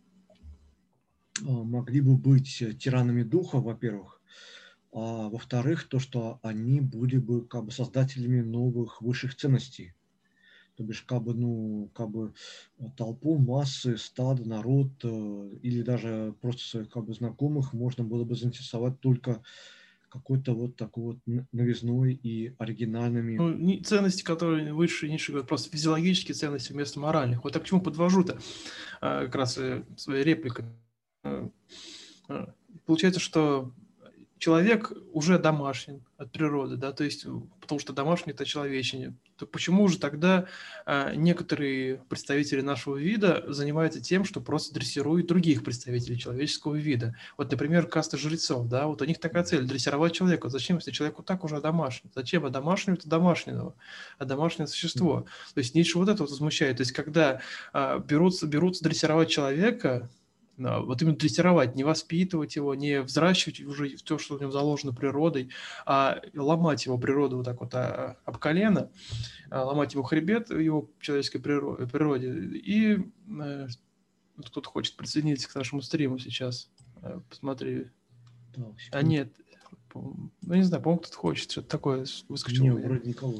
могли бы быть тиранами духа, во-первых, а во-вторых, то, что они были бы как бы создателями новых высших ценностей. То бишь, как бы, ну, как бы толпу, массы, стадо, народ или даже просто своих как бы знакомых можно было бы заинтересовать только какой-то вот такой вот новизной и оригинальными. Ну, не, ценности, которые выше и ниже, просто физиологические ценности вместо моральных. Вот я к чему подвожу-то, как раз своей репликой. Получается, что человек уже домашний от природы, да, то есть, потому что домашний – это человечение. То почему же тогда а, некоторые представители нашего вида занимаются тем, что просто дрессируют других представителей человеческого вида? Вот, например, каста жрецов, да, вот у них такая цель – дрессировать человека. Зачем, если человеку так уже домашний? Зачем? А домашнего-то домашнего, а домашнее существо. Mm-hmm. То есть Ницше вот это вот возмущает. То есть когда а, берутся, берутся дрессировать человека, вот именно дрессировать, не воспитывать его, не взращивать уже в то, что в нем заложено природой, а ломать его природу вот так вот а, об колено, а, ломать его хребет в его человеческой природе. И э, кто-то хочет присоединиться к нашему стриму сейчас. Э, посмотри. Да, а нет, ну не знаю, по-моему, кто-то хочет, что-то такое выскочило. Не, вроде никого.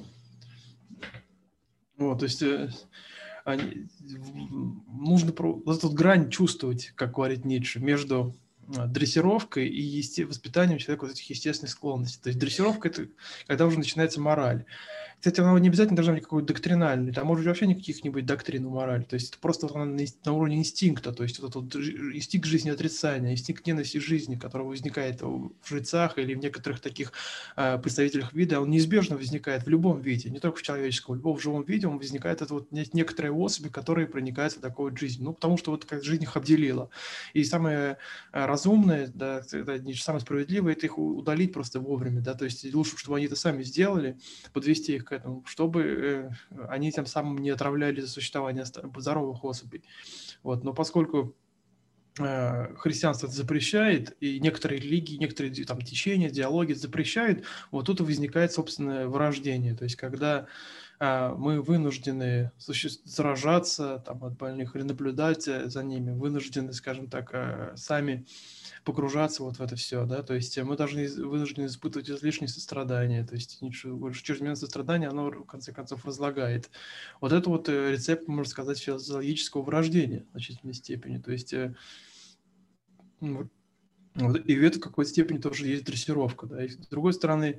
Вот, то есть... Э, Они, нужно вот эту грань чувствовать, как говорит Ницше, между дрессировкой и есте... воспитанием человека вот этих естественных склонностей. То есть дрессировка – это когда уже начинается мораль. Кстати, она не обязательно должна быть какой-то доктринальной, там может вообще никаких не быть доктрин у морали. То есть это просто на уровне инстинкта, то есть вот этот вот инстинкт жизнеотрицания, инстинкт ненависти жизни, который возникает в жрецах или в некоторых таких э, представителях вида, он неизбежно возникает в любом виде, не только в человеческом, в любом живом виде он возникает, это вот некоторые особи, которые проникаются в такой вот жизнь. Ну, потому что вот как жизнь их обделила. И самое разумное, да, это не самое справедливое, это их удалить просто вовремя, да, то есть лучше, чтобы они это сами сделали, подвести их к этому, чтобы э, они тем самым не отравляли существование здоровых особей. Вот. Но поскольку э, христианство это запрещает, и некоторые религии, некоторые там течения, диалоги запрещают, вот тут и возникает собственное вырождение. То есть когда э, мы вынуждены суще... сражаться там, от больных или наблюдать за ними, вынуждены, скажем так, э, сами погружаться вот в это все, да, то есть мы должны вынуждены испытывать излишнее сострадание, то есть чрезмерное сострадание, оно в конце концов разлагает. Вот это вот рецепт, можно сказать, физиологического вырождения в значительной степени, то есть вот, и в этой какой-то степени тоже есть дрессировка, да, и с другой стороны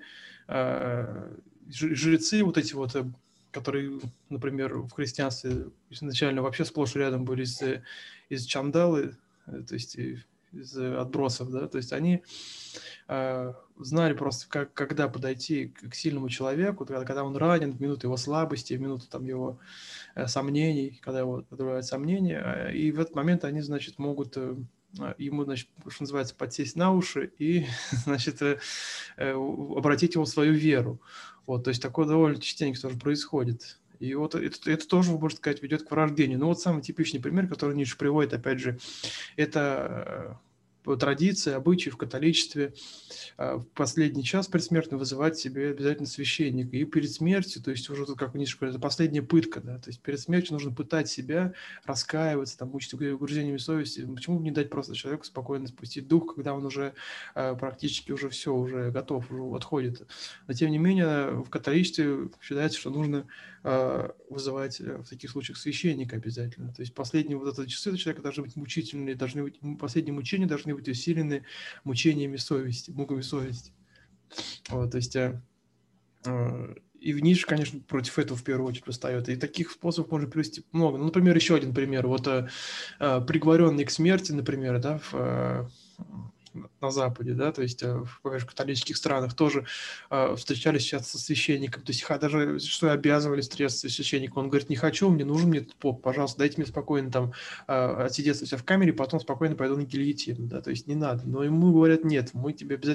жрецы вот эти вот, которые, например, в христианстве изначально вообще сплошь и рядом были из, из чандалы, то есть из отбросов, да, то есть они э, знали просто, как, когда подойти к, к сильному человеку, когда, когда он ранен, в минуту его слабости, в минуту там его э, сомнений, когда его одолевают сомнения, и в этот момент они, значит, могут э, ему, значит, что называется, подсесть на уши и, значит, э, э, обратить его в свою веру. Вот, то есть такое довольно частенько тоже происходит. И вот это, это тоже, можно сказать, ведет к вырождению. Ну вот самый типичный пример, который Ницше приводит, опять же, это традиция, обычаи в католичестве в последний час предсмертно вызывать себе обязательно священника. И перед смертью, то есть уже тут, как у Ницше говорит, это последняя пытка, да, то есть перед смертью нужно пытать себя, раскаиваться, там, мучить угрызениями совести. Почему бы не дать просто человеку спокойно спустить дух, когда он уже практически уже все, уже готов, уже отходит. Но тем не менее в католичестве считается, что нужно вызывать в таких случаях священника обязательно. То есть последние вот эти часы человека должны быть мучительные, должны быть, последние мучения должны быть усилены мучениями совести, муками совести. Вот, то есть э, э, и в Ницше, конечно, против этого в первую очередь восстает. И таких способов можно привести много. Ну, например, еще один пример. Вот э, э, приговоренный к смерти, например, да, в, э, на Западе, да, то есть в, в католических странах тоже э, встречались сейчас со священником, то есть даже что обязывали встретиться с священником, он говорит, не хочу, мне нужен мне этот поп, пожалуйста, дайте мне спокойно там э, отсидеться в камере, потом спокойно пойду на гильотину, да, то есть не надо, но ему говорят, нет, мы тебе обязательно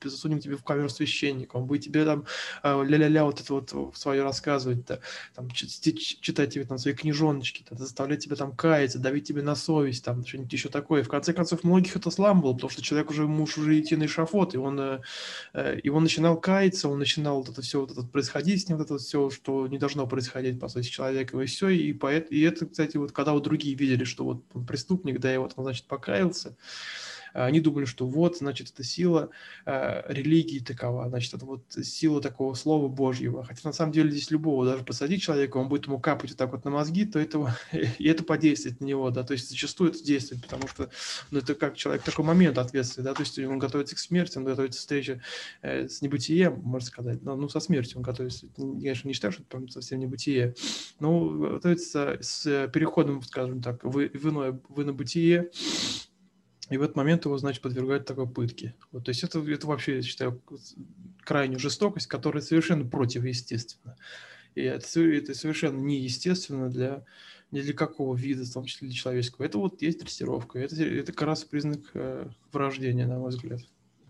засунем тебе в камеру священника, он будет тебе там э, ля-ля-ля вот это вот свое рассказывать, да, там, читать тебе там свои книжоночки, да, заставлять тебя там каяться, давить тебе на совесть, там, что-нибудь еще такое. В конце концов, многих это сламывало, потому что человек уже, муж уже идти на эшафот, и он, э, и он начинал каяться, он начинал вот это все вот это происходить с ним, вот это все, что не должно происходить, по сути, с человеком, и все, и, поэт, и это, кстати, вот когда вот другие видели, что вот он преступник, да, и вот он, значит, покаялся, они думали, что вот, значит, это сила э, религии такова, значит, это вот сила такого слова Божьего. Хотя на самом деле здесь любого даже посадить человека, он будет ему капать вот так вот на мозги, то это, и это подействует на него, да, то есть зачастую это действует, потому что, ну, это как человек, такой момент ответственный, да, то есть он готовится к смерти, он готовится к встрече э, с небытием, можно сказать, но, ну, со смертью он готовится, я, конечно, не считаю, что это прям совсем небытие, но готовится с переходом, скажем так, в, в иное, в инобытие. И в этот момент его, значит, подвергают такой пытке. Вот, то есть это, это вообще, я считаю, крайнюю жестокость, которая совершенно противоестественна. И это, это совершенно неестественно для, ни для какого вида, в том числе для человеческого. Это вот есть дрессировка. Это, это как раз признак э, врождения, на мой взгляд.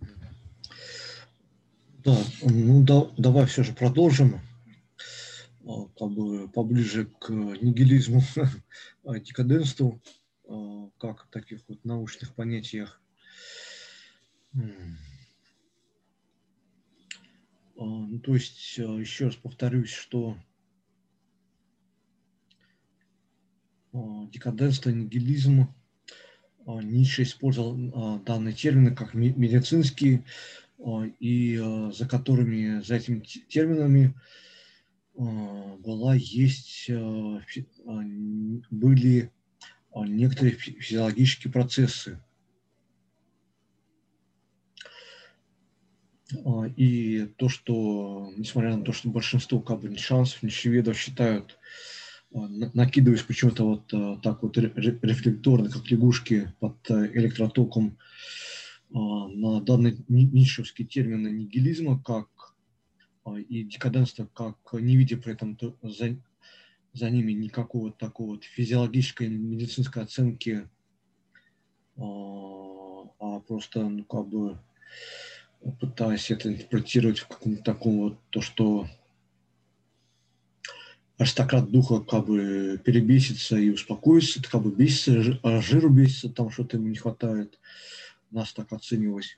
Да, ну да, давай все же продолжим. Как бы поближе к нигилизму, декаденству, как в таких вот научных понятиях. Ну, то есть, еще раз повторюсь, что декаденство, нигилизм, Ницше использовал данные термины как медицинские, и за которыми, за этими терминами была, есть, были некоторые физиологические процессы. И то, что, несмотря на то, что большинство как бы ницшеанцев, ницшеведов считают, накидываясь почему-то вот так вот рефлекторно, как лягушки под электротоком, на данные ницшевские термины нигилизма, как и декаденства, как не видя при этом за, за ними никакого такого вот физиологической медицинской оценки, а просто, ну, как бы пытаясь это интерпретировать в каком-то таком вот, то, что аристократ духа как бы перебесится и успокоится, это как бы бесится, а жиру бесится, там что-то ему не хватает, нас так оценивать.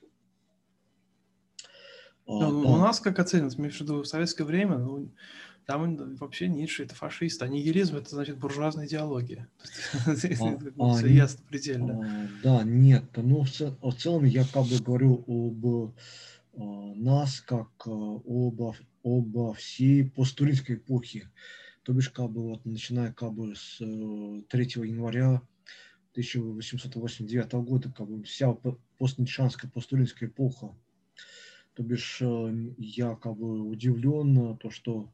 Ну, а, да. У нас как оценивают, имею в виду в советское время, ну, там вообще Ницше это фашист, а нигилизм это значит буржуазная идеология. А, Все ясно предельно. А, да, нет, ну в, цел, в целом я как бы говорю об а, нас как а, об, об всей посттуринской эпохе. То бишь, как бы вот начиная как бы с третьего января тысяча восемьсот восемьдесят девятого года, как бы вся постничанская, посттуринская эпоха. То бишь, я как бы удивлен, то, что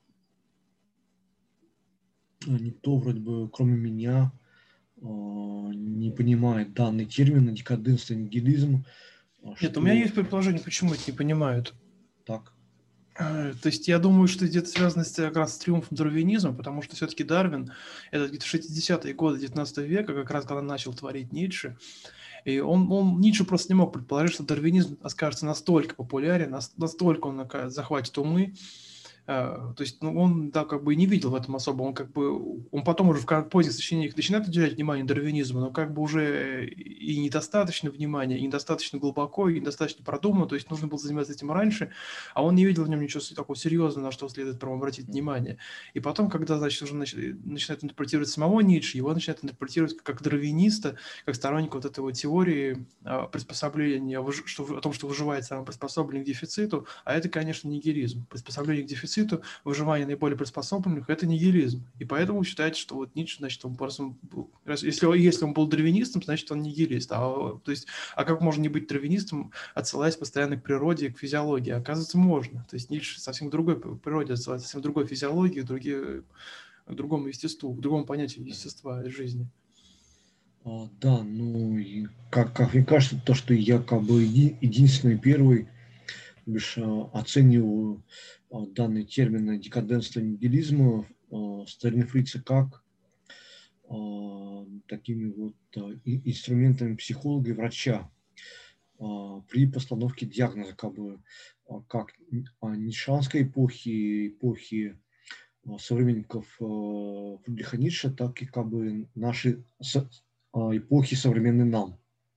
никто вроде бы, кроме меня, не понимает данный термин декаденство, нигилизм. Нет, что... у меня есть предположение, почему это не понимают. Так. То есть я думаю, что где-то связано с, как раз с триумфом дарвинизма, потому что все-таки Дарвин, это где-то шестидесятые годы девятнадцатого века, как раз когда начал творить Ницше, и он, он, Ницше просто не мог предположить, что дарвинизм окажется настолько популярен, настолько он захватит умы. То есть, ну, он, да, как бы и не видел в этом особо, он как бы, он потом уже в поздних сочинениях начинает уделять внимание дарвинизму, но как бы уже и недостаточно внимания, и недостаточно глубоко, и недостаточно продуманно, то есть нужно было заниматься этим раньше, а он не видел в нем ничего такого серьезного, на что следует прямо обратить внимание. И потом, когда, значит, уже начинает интерпретировать самого Ницше, его начинает интерпретировать как дарвиниста, как сторонника вот этой вот теории приспособления, что, о том, что выживает самый приспособленный к дефициту, а это, конечно, нигилизм. Приспособление к дефициту, выживание наиболее приспособленных – это нигилизм. И поэтому считается, что вот Ницше, значит, он просто был, если, если он был дарвинистом, значит, он нигилист. А, то есть, а как можно не быть дарвинистом, отсылаясь постоянно к природе и к физиологии? Оказывается, можно. То есть Ницше совсем к другой природе отсылается, совсем к другой физиологии, к, другие, к другому естеству, к другому понятию естества и жизни. А, да, ну, и как, как мне кажется, то, что я как бы еди, единственный первый лишь а, оцениваю а, данный термин декаденства нигилизма а, старины Фрица как а, такими вот а, инструментами психолога и врача. при постановке диагноза, как бы, как ницшеанской эпохи, эпохи современников Фридриха Ницше, так и как бы нашей эпохи современной нам.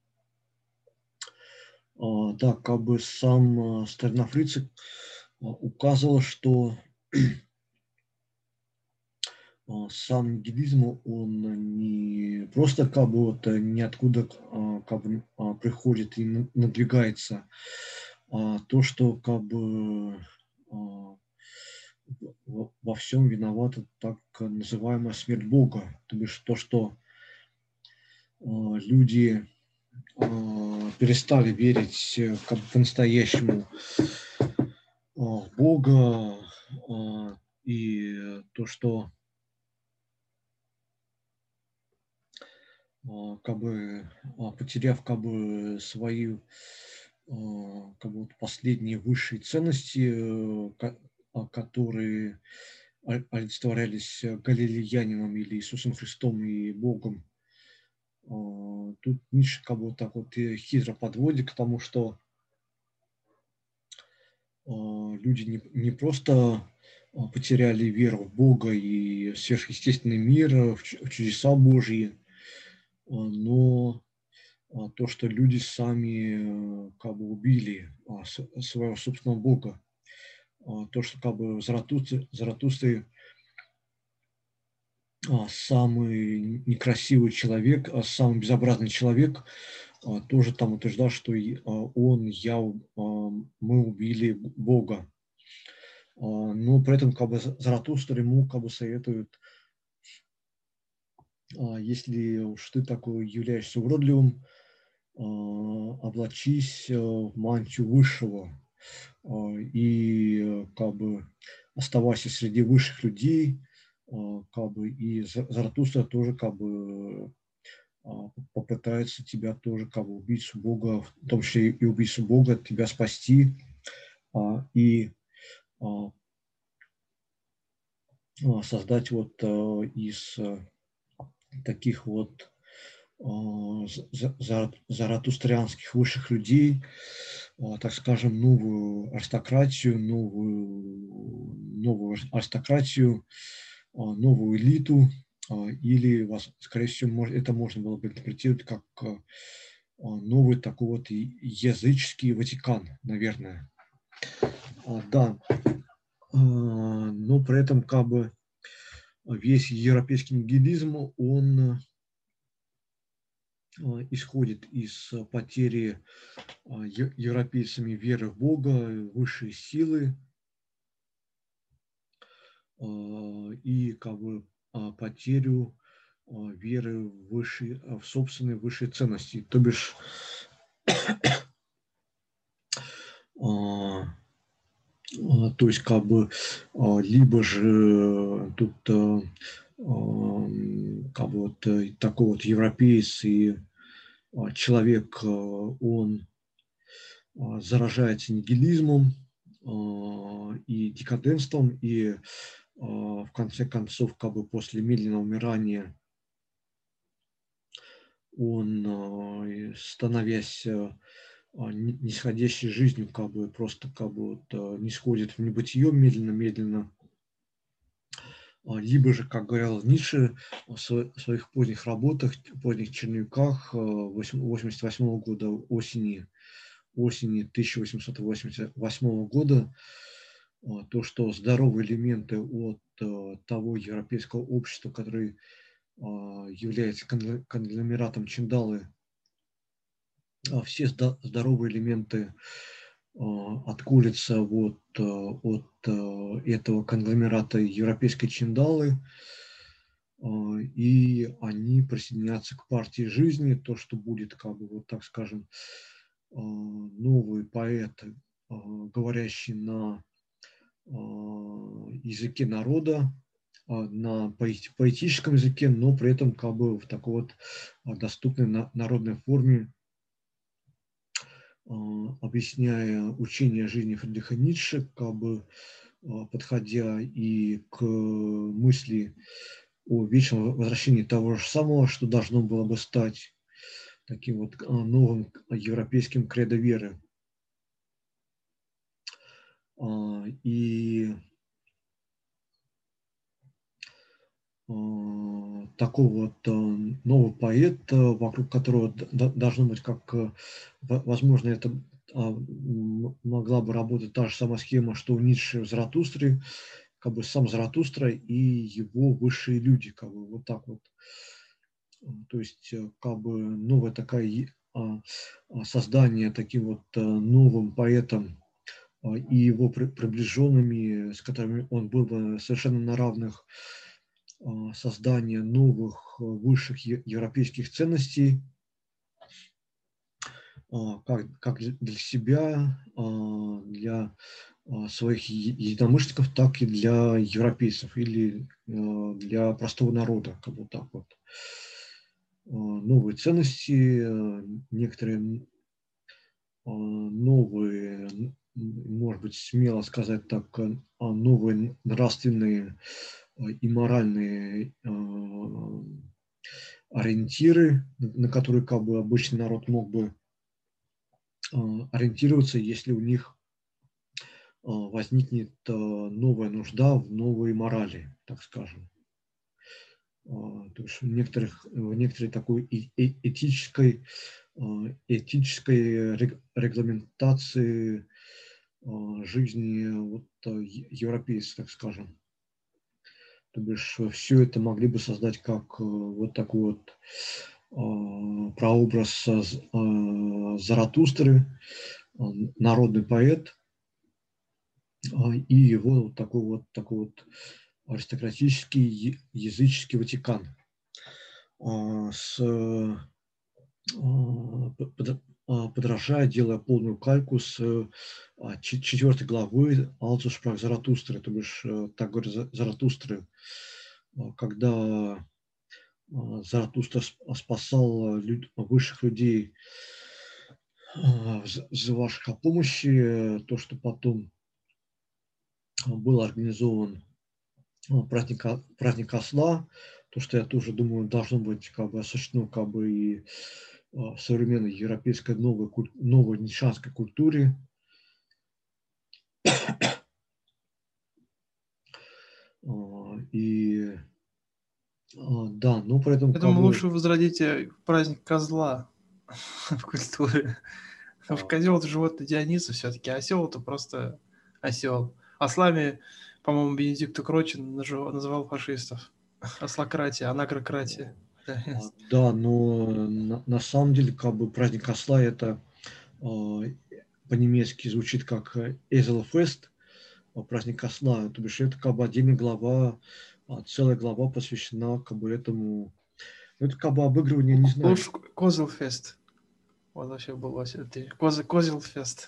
Да, как бы сам старина Фрицик указывал, что сам нигилизм, он не просто как бы вот ниоткуда как бы приходит и надвигается, а то, что как бы во всем виновата так называемая смерть Бога, то бишь то, что люди перестали верить как бы по-настоящему в Бога, и то, что как бы потеряв как бы свои как бы вот последние высшие ценности, которые олицетворялись галилеянином или Иисусом Христом и Богом. Тут Ницше как бы вот так вот хитро подводит к тому, что люди не, не просто потеряли веру в Бога и сверхъестественный мир, в чудеса Божьи, но то, что люди сами как бы убили своего собственного Бога. То, что как бы Заратустры, Заратустры самый некрасивый человек, самый безобразный человек, тоже там утверждал, что он, я, мы убили Бога. Но при этом как бы Заратустра ему как бы советует, если уж ты такой являешься уродливым, облачись в мантию высшего и как бы оставайся среди высших людей, как бы и Заратустра тоже как бы попытается тебя тоже как бы убийцу Бога, в том числе и убийцу Бога, тебя спасти и создать вот из таких вот заратустрианских высших людей, так скажем, новую аристократию, новую, новую аристократию, новую элиту, или, скорее всего, это можно было бы интерпретировать как новый такой вот языческий Ватикан, наверное. Да, но при этом как бы весь европейский нигилизм, он исходит из потери европейцами веры в Бога, высшие силы и как бы потерю веры в, высшие, в собственные высшие ценности. То бишь то есть как бы либо же тут как бы вот такой вот европеец и человек, он заражается нигилизмом и декаденством, и в конце концов, как бы после медленного умирания, он, становясь нисходящей жизнью, как бы просто как бы вот не сходит в небытие медленно-медленно. Либо же, как говорил Ницше в своих поздних работах, поздних черновиках восемьдесят восьмого года, осени, осени тысяча восемьсот восемьдесят восьмого года, то, что здоровые элементы от того европейского общества, который является конгломератом Чиндалы, все здоровые элементы отколются вот от этого конгломерата европейской Чиндалы, и они присоединятся к партии жизни, то, что будет, как бы, вот так скажем, новый поэт, говорящий на языке народа, на поэтическом языке, но при этом как бы в такой вот доступной народной форме, объясняя учение жизни Фридриха Ницше, как бы подходя и к мысли о вечном возвращении того же самого, что должно было бы стать, таким вот новым европейским кредо веры. И такой вот новый поэт, вокруг которого должно быть, как, возможно, это могла бы работать та же самая схема, что у Ницше в Заратустре, как бы сам Заратустра и его высшие люди, как бы вот так вот. То есть, как бы новое такое создание таким вот новым поэтом и его приближенными, с которыми он был бы совершенно на равных, создание новых высших европейских ценностей, как, как для себя, для своих единомышленников, так и для европейцев или для простого народа, как бы так вот. Новые ценности, некоторые новые, может быть, смело сказать так, новые нравственные и моральные ориентиры, на которые как бы обычный народ мог бы ориентироваться, если у них возникнет новая нужда в новой морали, так скажем. То есть в некоторых, в некоторой такой этической, этической регламентации жизни вот европейцев, так скажем. То бишь все это могли бы создать как вот такой вот прообраз Заратустры, народный поэт, и его вот такой вот, такой вот аристократический языческий Ватикан с, подражая, делая полную кальку с четвертой главы Алцушпрах Заратустры, то бишь так говорит Заратустры, когда Заратустра спасал люд, высших людей, взывавших о помощи, то, что потом был организован праздник, праздник осла, то, что я тоже думаю, должно быть как бы осуществлено как бы и в современной европейской новой, новой ницшанской культуре. И да, но при этом... Я думаю, бы... лучше возродите праздник козла в культуре. Потому что козел — это животное Диониса все-таки, а осел — это просто осел. Ослами, по-моему, Бенедикт Крочин называл фашистов. Ослократия, анагрократия. Да, да, но на, на самом деле как бы праздник осла это э, по-немецки звучит как Эзелфест, праздник осла. То бишь это как бы отдельная глава, целая глава посвящена как бы этому. Это как бы обыгрывание, не знаю. Козелфест. Вот вообще был Козелфест.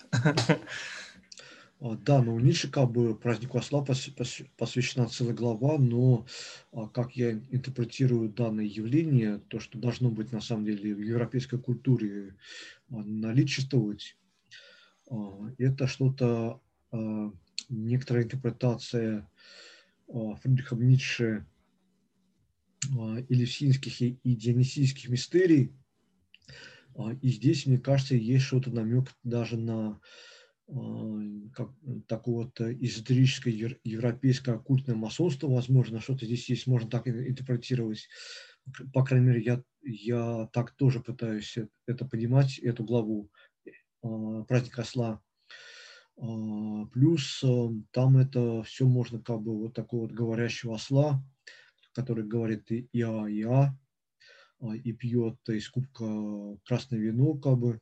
Да, но у Ницше как бы празднику осла посвящена целая глава, но как я интерпретирую данное явление, то, что должно быть на самом деле в европейской культуре наличествовать, это что-то, некоторая интерпретация Фридрихом Ницше элевсинских и дионисийских мистерий. И здесь, мне кажется, есть что-то намек даже на как, такое вот эзотерическое европейское оккультное масонство, возможно, что-то здесь есть, можно так интерпретировать. По крайней мере, я, я так тоже пытаюсь это понимать, эту главу праздника осла. Плюс там это все можно как бы вот такого вот говорящего осла, который говорит и а, и а, и пьет из кубка красное вино, как бы.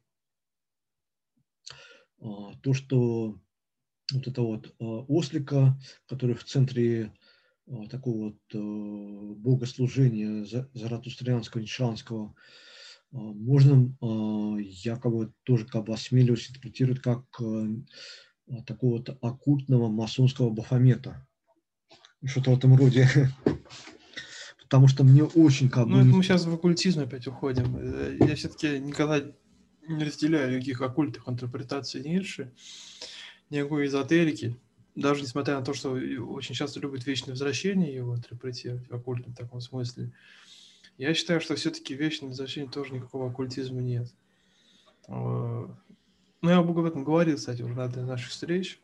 То, что вот это вот ослика, который в центре такого вот богослужения заратустрианского, ницшанского, можно якобы тоже как бы осмеливаюсь интерпретировать как такого вот оккультного масонского Бафомета. Что-то в этом роде. Потому что мне очень как ну, бы... Ну, это мы сейчас в оккультизм опять уходим. Я все-таки никогда не разделяю никаких оккультных интерпретаций Ницше, никакой эзотерики, даже несмотря на то, что очень часто любят вечное возвращение его интерпретировать в оккультном таком смысле. Я считаю, что все-таки в вечном назначении тоже никакого оккультизма нет. Ну, я об этом говорил, кстати, уже на одной из наших встреч.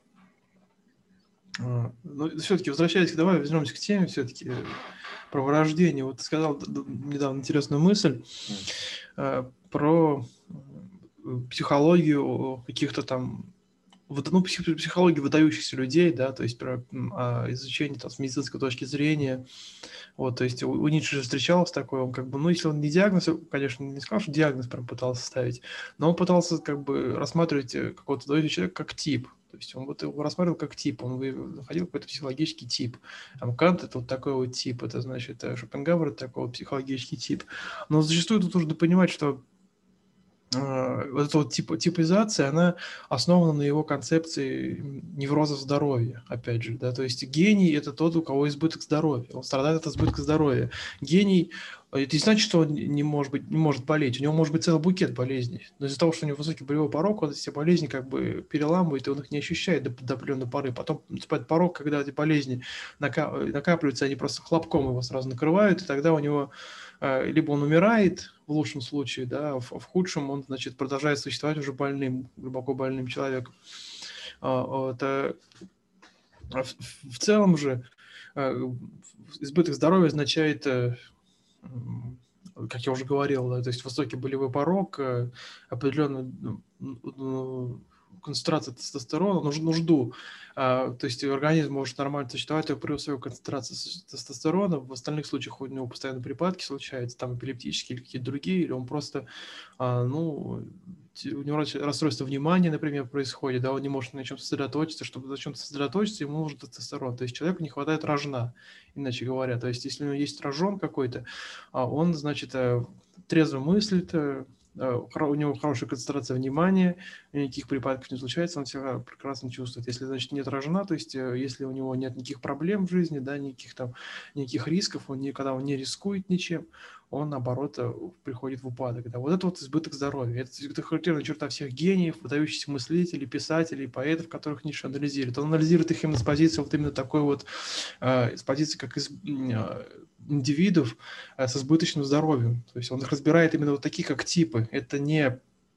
Но все-таки, возвращаясь, давай вернемся к теме все-таки про вырождение. Вот ты сказал недавно интересную мысль про психологию каких-то там, ну, психологию выдающихся людей, да, то есть про изучение там, с медицинской точки зрения. Вот, то есть у, у Ницше же встречалось такое, он как бы, ну, если он не диагноз, конечно, не сказал, что диагноз прям пытался ставить, но он пытался как бы рассматривать какого-то выдающегося человека как тип. То есть он вот его рассматривал как тип, он находил какой-то психологический тип. Там Кант — это вот такой вот тип, это значит Шопенгауэр — это такой вот психологический тип. Но зачастую тут нужно понимать, что э, вот эта вот тип, типизация, она основана на его концепции невроза здоровья, опять же, да, то есть гений — это тот, у кого избыток здоровья, он страдает от избытка здоровья. Гений — это не значит, что он не может быть, не может болеть, у него может быть целый букет болезней, но из-за того, что у него высокий болевой порог, он эти болезни как бы переламывает, и он их не ощущает до, до определенной поры. Потом наступает порог, когда эти болезни накапливаются, они просто хлопком его сразу накрывают, и тогда у него либо он умирает в лучшем случае, да, в, в худшем он, значит, продолжает существовать уже больным, глубоко больным человеком. Это, в целом же избыток здоровья означает, как я уже говорил, да, то есть высокий болевой порог, определенную концентрацию тестостерона, нужду. То есть организм может нормально существовать при высокой концентрации тестостерона. В остальных случаях у него постоянно припадки случаются, там эпилептические или какие-то другие, или он просто, ну, у него расстройство внимания, например, происходит, да, он не может на чем сосредоточиться, чтобы на чем-то сосредоточиться, ему нужен тестостерон. То есть человеку не хватает рожна, иначе говоря. То есть если у него есть рожон какой-то, он, значит, трезво мыслит, у него хорошая концентрация внимания, никаких припадков не случается, он себя прекрасно чувствует. Если, значит, нет рожна, то есть если у него нет никаких проблем в жизни, да, никаких там, никаких рисков, он никогда он не рискует ничем, он, наоборот, приходит в упадок. Да. Вот это вот избыток здоровья. Это, это характерная черта всех гениев, выдающихся мыслителей, писателей, поэтов, которых Ницше анализирует. Он анализирует их именно с позиции вот именно такой вот, э, с позиции как из, э, индивидов э, с избыточным здоровьем. То есть он их разбирает именно вот такие, как типы. Это не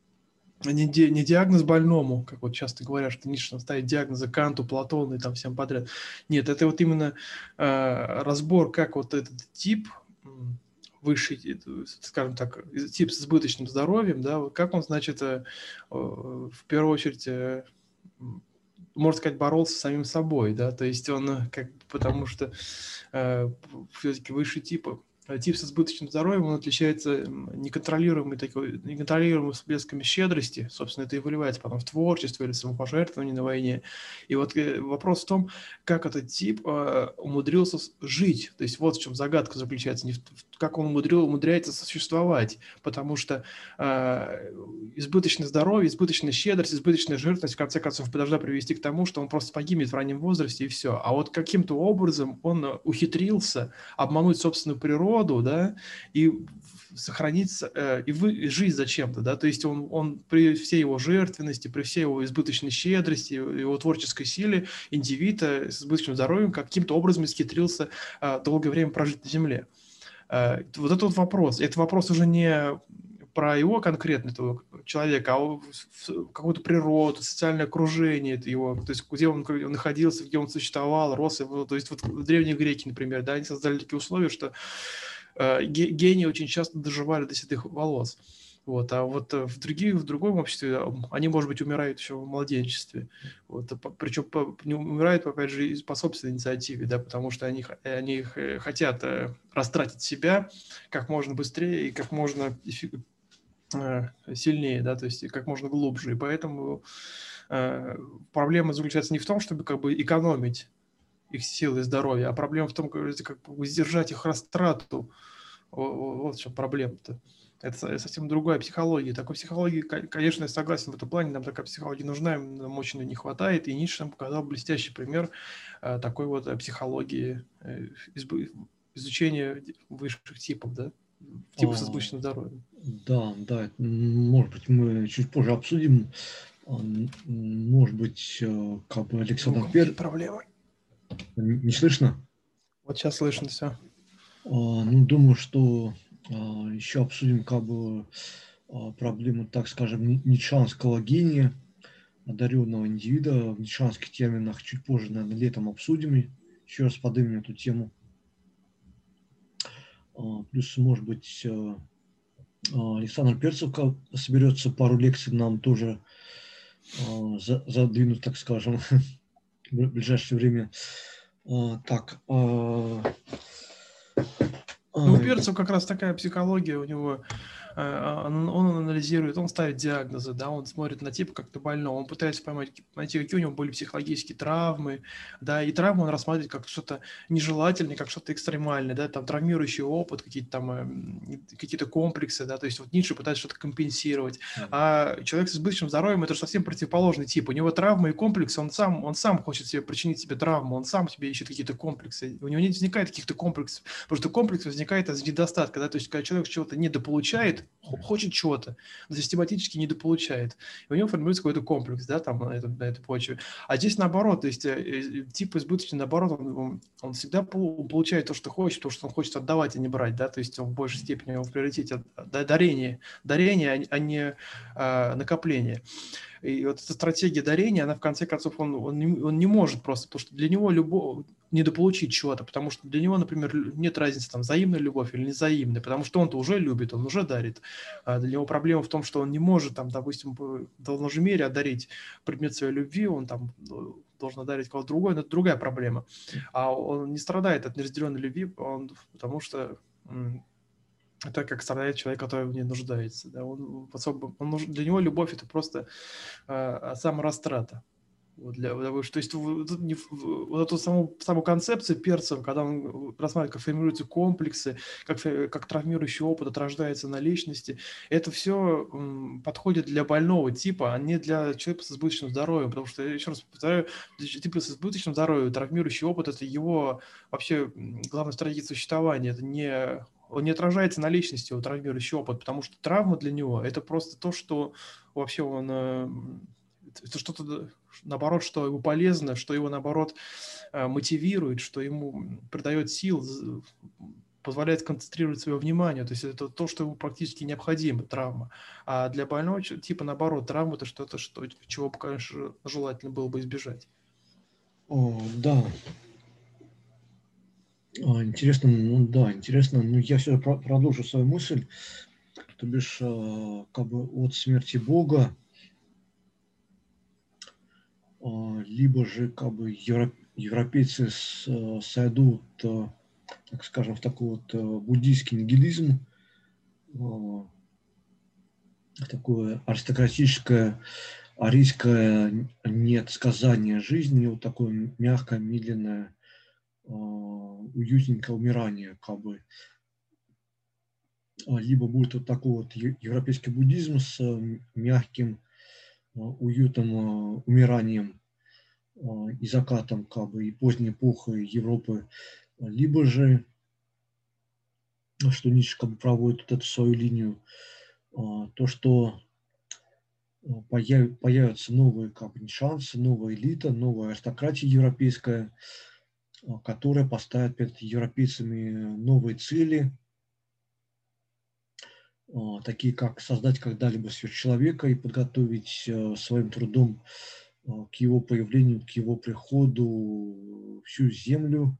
Не, ди, не диагноз больному, как вот часто говорят, что Ницше ставит диагнозы Канту, Платону и там всем подряд. Нет, это вот именно э, разбор, как вот этот тип, высший, скажем так, тип с избыточным здоровьем, да, как он, значит, э, в первую очередь, э, можно сказать, боролся с самим собой, да, то есть он, как, потому что э, все-таки высший тип, тип с избыточным здоровьем, он отличается неконтролируемой, такой, неконтролируемыми всплесками щедрости, собственно, это и выливается потом в творчество или самопожертвование на войне. И вот вопрос в том, как этот тип э, умудрился жить, то есть вот в чем загадка заключается, не в, как он умудрил, умудряется существовать, потому что э, избыточное здоровье, избыточная щедрость, избыточная жертвность в конце концов должна привести к тому, что он просто погибнет в раннем возрасте и все. А вот каким-то образом он ухитрился обмануть собственную природу, да, и сохранить, э, и, вы, и жить зачем-то, да, то есть он, он при всей его жертвенности, при всей его избыточной щедрости, его творческой силе, индивид э, с избыточным здоровьем каким-то образом исхитрился э, долгое время прожить на земле. Э, вот это вот вопрос. Это вопрос уже не про его конкретно этого человека, а какую-то природу, социальное окружение его, то есть где он находился, где он существовал, рос. То есть вот древние греки, например, да, они создали такие условия, что э, гении очень часто доживали до седых волос. Вот, а вот в, другие, в другом обществе они, может быть, умирают еще в младенчестве. Вот, причем по, не умирают, опять же, по собственной инициативе, да, потому что они, они хотят растратить себя как можно быстрее и как можно сильнее, да, то есть как можно глубже. И поэтому э, проблема заключается не в том, чтобы как бы экономить их силы и здоровье, а проблема в том, как, как бы сдержать их растрату. Вот, вот в чем проблема-то. Это совсем другая психология. Такой психологии, конечно, я согласен в этом плане, нам такая психология нужна, нам очень не хватает, и Ницше нам показал блестящий пример э, такой вот психологии, э, изучения высших типов, да, типов с избыточным здоровьем. Да, да, может быть, мы чуть позже обсудим. Может быть, как бы Александр Первый... проблемы. Не слышно? Вот сейчас слышно все. Ну, думаю, что Еще обсудим как бы проблему, так скажем, ницшеанского гения, одаренного индивида. В ницшеанских терминах чуть позже, наверное, летом обсудим. Еще раз поднимем эту тему. Плюс, может быть, Александр Перцев соберется пару лекций нам тоже задвинуть, так скажем, в ближайшее время. Так. Ну, у Перцева как раз такая психология у него. Он, он анализирует, он ставит диагнозы, да, он смотрит на типа как-то больного, он пытается поймать, найти, какие у него были психологические травмы, да, и травму он рассматривает как что-то нежелательное, как что-то экстремальное, да, там травмирующий опыт, какие-то там какие-то комплексы, да, то есть вот Ницше пытается что-то компенсировать, а человек с избыточным здоровьем это же совсем противоположный тип, у него травмы и комплексы, он сам, он сам хочет себе причинить себе травму, он сам себе ищет какие-то комплексы, у него не возникает каких-то комплексов, потому что комплекс возникает из недостатка, да, то есть когда человек чего-то недополучает, хочет чего-то, но систематически недополучает. И у него формируется какой-то комплекс, да, там на, этом, на этой почве. А здесь наоборот, то есть э, тип избыточный, наоборот, он, он, он всегда получает то, что хочет, то, что он хочет отдавать, а не брать, да, то есть он в большей степени он в приоритете дарение, дарение, а не а, накопление. И вот эта стратегия дарения, она в конце концов, он, он, не, он не может просто, потому что для него любого недополучить чего-то, потому что для него, например, нет разницы, там, взаимная любовь или незаимная, потому что он-то уже любит, он уже дарит. А для него проблема в том, что он не может, там, допустим, в должном же мере одарить предмет своей любви, он там должен одарить кого-то другой, но это другая проблема. А он не страдает от неразделенной любви, он, потому что так как страдает человек, который в ней нуждается. Да? Он, особо, он, для него любовь – это просто а, саморастрата. Вот для, для, то есть вот, вот эту саму, саму концепцию Перцева, когда он рассматривает, как формируются комплексы, как, как травмирующий опыт отрождается на личности, это все м, подходит для больного типа, а не для человека с избыточным здоровьем. Потому что, еще раз повторяю, для типа с избыточным здоровьем травмирующий опыт – это его вообще главная стратегия существования. Это не... Он не отражается на личности, его травмирующий опыт, потому что травма для него – это просто то, что вообще он… Это что-то, наоборот, что ему полезно, что его, наоборот, мотивирует, что ему придает сил, позволяет концентрировать свое внимание. То есть это то, что ему практически необходимо, травма. А для больного типа, наоборот, травма – это что-то, что, чего бы, конечно, желательно было бы избежать. О, да. Интересно, ну да, интересно. Ну, я все продолжу свою мысль. То бишь, как бы от смерти Бога, либо же как бы европейцы сойдут, так скажем, в такой вот буддийский нигилизм, такое аристократическое арийское недсказание жизни, вот такое мягкое, медленное, уютненькое умирание, как бы. Либо будет вот такой вот европейский буддизм с мягким, уютным умиранием и закатом, как бы, и поздней эпохи Европы, либо же, что Ницше как бы проводит вот эту свою линию, то, что появ, появятся новые как бы шансы, новая элита, новая аристократия европейская, которая поставит перед европейцами новые цели, такие как создать когда-либо сверхчеловека и подготовить своим трудом к его появлению, к его приходу всю землю,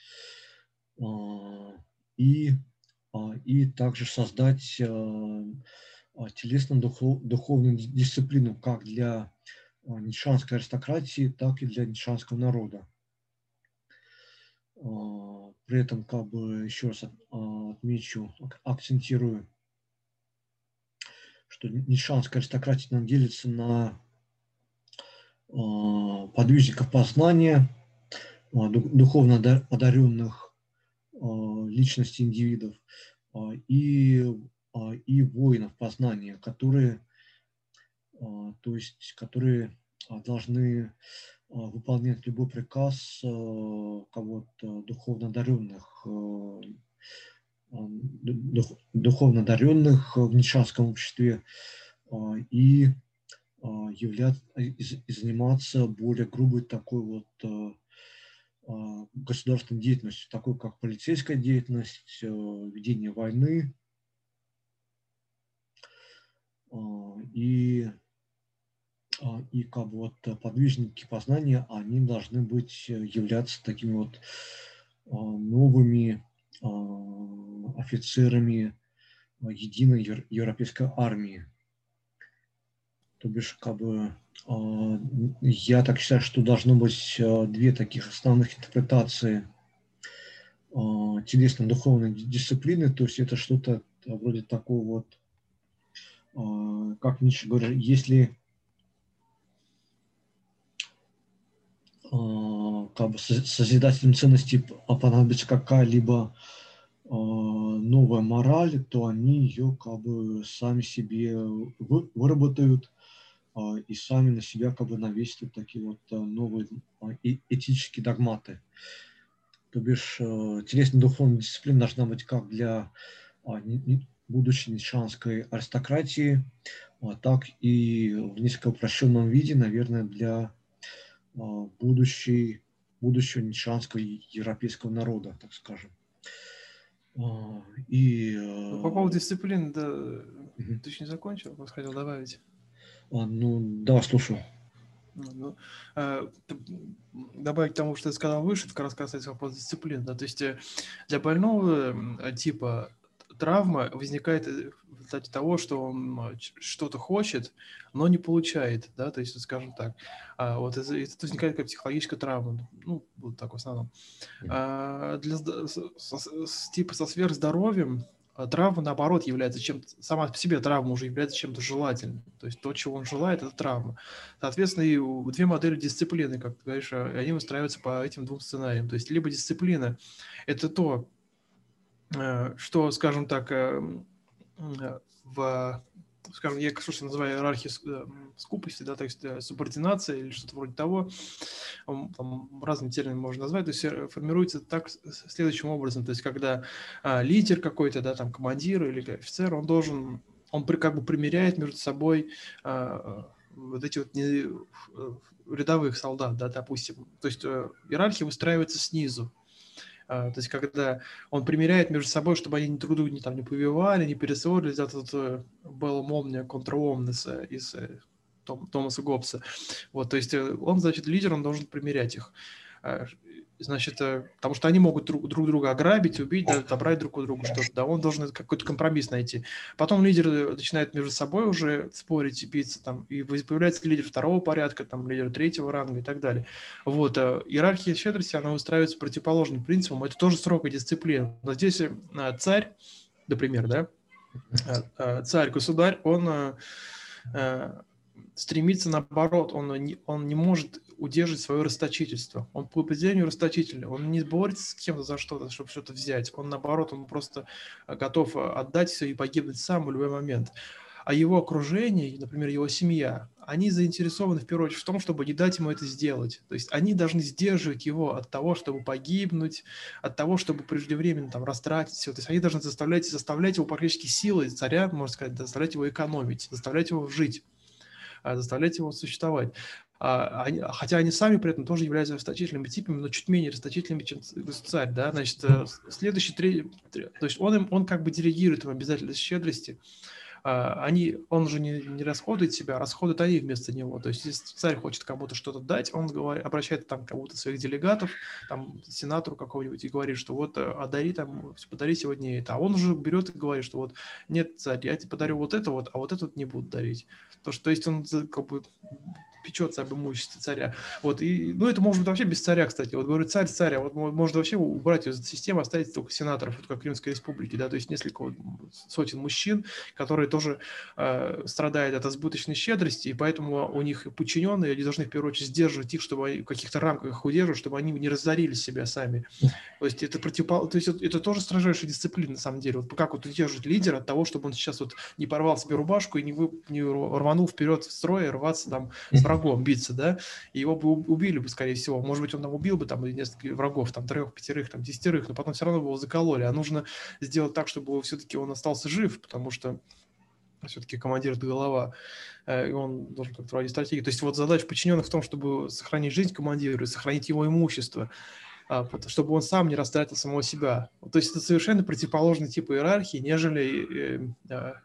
и, и также создать телесно-духовную дисциплину как для ницшеанской аристократии, так и для ницшеанского народа. При этом, как бы, еще раз отмечу, акцентирую, что ницшеанская аристократия делится на подвижников познания, духовно одаренных личностей индивидов и, и воинов познания, которые, то есть, которые должны выполнять любой приказ кого-то духовно одаренных, духовно одаренных в ницшеанском обществе и являться, и заниматься более грубой такой вот государственной деятельностью, такой как полицейская деятельность, ведение войны, и, и как бы вот подвижники познания, они должны быть, являться такими вот новыми офицерами единой европейской армии. То бишь, как бы, я так считаю, что должно быть две таких основных интерпретации телесно-духовной дисциплины, то есть это что-то вроде такого вот, как Ницше говорит, если как бы созидателем ценностей понадобится какая-либо новая мораль, то они ее как бы сами себе выработают и сами на себя как бы навесят такие вот новые этические догматы. То бишь, телесно-духовная дисциплина должна быть как для будущей ницшеанской аристократии, так и в несколько упрощенном виде, наверное, для будущей, будущего ницшеанского европейского народа, так скажем. И, ну, по поводу дисциплины, да, угу. Ты еще не закончил? Вот хотел добавить. А, ну, да, слушаю. Ну, э, добавить к тому, что ты сказал выше, это как раз касается вопроса дисциплины. Да? То есть для больного типа травма возникает в результате того, что он что-то хочет, но не получает, да, то есть, скажем так, а вот это, это возникает как психологическая травма, ну, вот так в основном. А для со, с, типа со сверхздоровьем травма, наоборот, является чем-то, сама по себе травма уже является чем-то желательным. То есть то, чего он желает, это травма. Соответственно, и две модели дисциплины, как ты говоришь, они выстраиваются по этим двум сценариям. То есть либо дисциплина – это то, что, скажем так, в, скажем, я, что называю иерархией скупости, да, то есть субординация или что-то вроде того, там, разными терминами можно назвать, то есть формируется так следующим образом, то есть когда а, лидер какой-то, да, там, командир или офицер, он должен, он как бы примеряет между собой а, вот эти вот не, рядовых солдат, да, допустим, то есть иерархия выстраивается снизу. То есть, когда он примеряет между собой, чтобы они друг друга не, там, не повивали, не перессорились, это вот было молния контра омнеса из Том, Томаса Гоббса. Вот, то есть, он, значит, лидер, он должен примерять их. Значит, потому что они могут друг, друг друга ограбить, убить, да, отобрать друг у друга что-то, да, он должен какой-то компромисс найти. Потом лидеры начинают между собой уже спорить, биться, там, и появляется лидер второго порядка, там, лидер третьего ранга и так далее. Вот, иерархия щедрости, она устраивается противоположным принципом, это тоже строгая дисциплина. Но здесь царь, например, да, царь-государь, он стремится наоборот, он не, он не может удерживать свое расточительство. Он по определению расточитель, он не борется с кем-то за что-то, чтобы что-то взять. Он наоборот, он просто готов отдать все и погибнуть сам в любой момент. А его окружение, например, его семья, они заинтересованы в первую очередь в том, чтобы не дать ему это сделать. То есть они должны сдерживать его от того, чтобы погибнуть, от того, чтобы преждевременно там растратить все. То есть они должны заставлять, заставлять его практически силой царя, можно сказать, заставлять его экономить, заставлять его жить, заставлять его существовать. А, они, хотя они сами при этом тоже являются расточительными типами, но чуть менее расточительными, чем царь, да, значит, следующий, третий, то есть он им, он как бы делегирует им обязательность щедрости, а, они, он уже не, не расходует себя, а расходуют они вместо него, то есть если царь хочет кому-то что-то дать, он говорит, обращает там кому-то своих делегатов, там, сенатору какого-нибудь и говорит, что вот, одари там, подари сегодня это, а он уже берет и говорит, что вот, нет, царь, я тебе подарю вот это вот, а вот это вот не буду дарить, то, что, то есть он как бы печется об имуществе царя. Вот, и, ну, это может быть вообще без царя, кстати. Вот говорю, царь, царь, а вот можно вообще убрать из системы, оставить только сенаторов, вот как в Римской республике, да, то есть несколько вот, сотен мужчин, которые тоже э, страдают от избыточной щедрости, и поэтому у них подчиненные, они должны в первую очередь сдерживать их, чтобы они в каких-то рамках их удерживать, чтобы они не разорили себя сами. То есть это противопол... то есть это, это тоже строжайшая дисциплина, на самом деле. Вот как вот удерживать лидера от того, чтобы он сейчас вот не порвал себе рубашку и не, вы... не рванул вперед в строй и рваться там с врагом, биться, да, и его бы убили бы, скорее всего. Может быть, он там убил бы там несколько врагов, там трех, пятерых, там десятерых, но потом все равно бы его закололи. А нужно сделать так, чтобы все-таки он остался жив, потому что все-таки командир – это голова, и он должен как-то проводить стратегию. То есть вот задача подчиненных в том, чтобы сохранить жизнь командира и сохранить его имущество, чтобы он сам не растратил самого себя. То есть это совершенно противоположный тип иерархии, нежели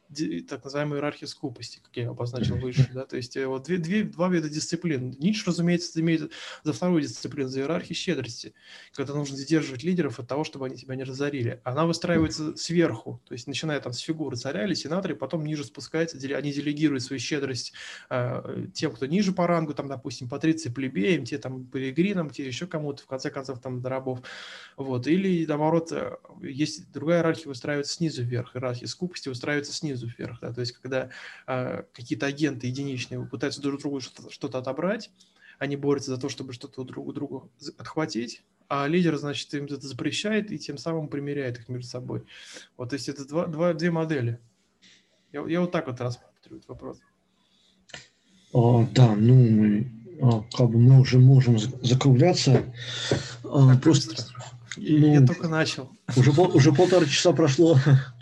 так называемая иерархия скупости, как я обозначил выше. Да? То есть вот две, две, два вида дисциплин. Ницше, разумеется, имеет за вторую дисциплину, за иерархию щедрости, когда нужно сдерживать лидеров от того, чтобы они тебя не разорили. Она выстраивается сверху, то есть начиная там с фигуры царя или сенатора, и потом ниже спускается, они делегируют свою щедрость э, тем, кто ниже по рангу, там, допустим, патриции, плебеям, те там перегринам, те еще кому-то, в конце концов, там, до рабов. Вот. Или, наоборот, есть другая иерархия, выстраивается снизу вверх, иерархия скупости выстраивается снизу вверх. Да? То есть, когда э, какие-то агенты единичные пытаются друг другу что-то, что-то отобрать, они борются за то, чтобы что-то друг у друга отхватить, а лидер, значит, им это запрещает и тем самым примиряет их между собой. Вот, то есть это два, два, две модели. Я, я вот так вот рассматриваю этот вопрос. А, да, ну, мы, а, как бы мы уже можем закругляться. А, просто, я, ну, я только начал. Уже, пол, уже полтора часа прошло.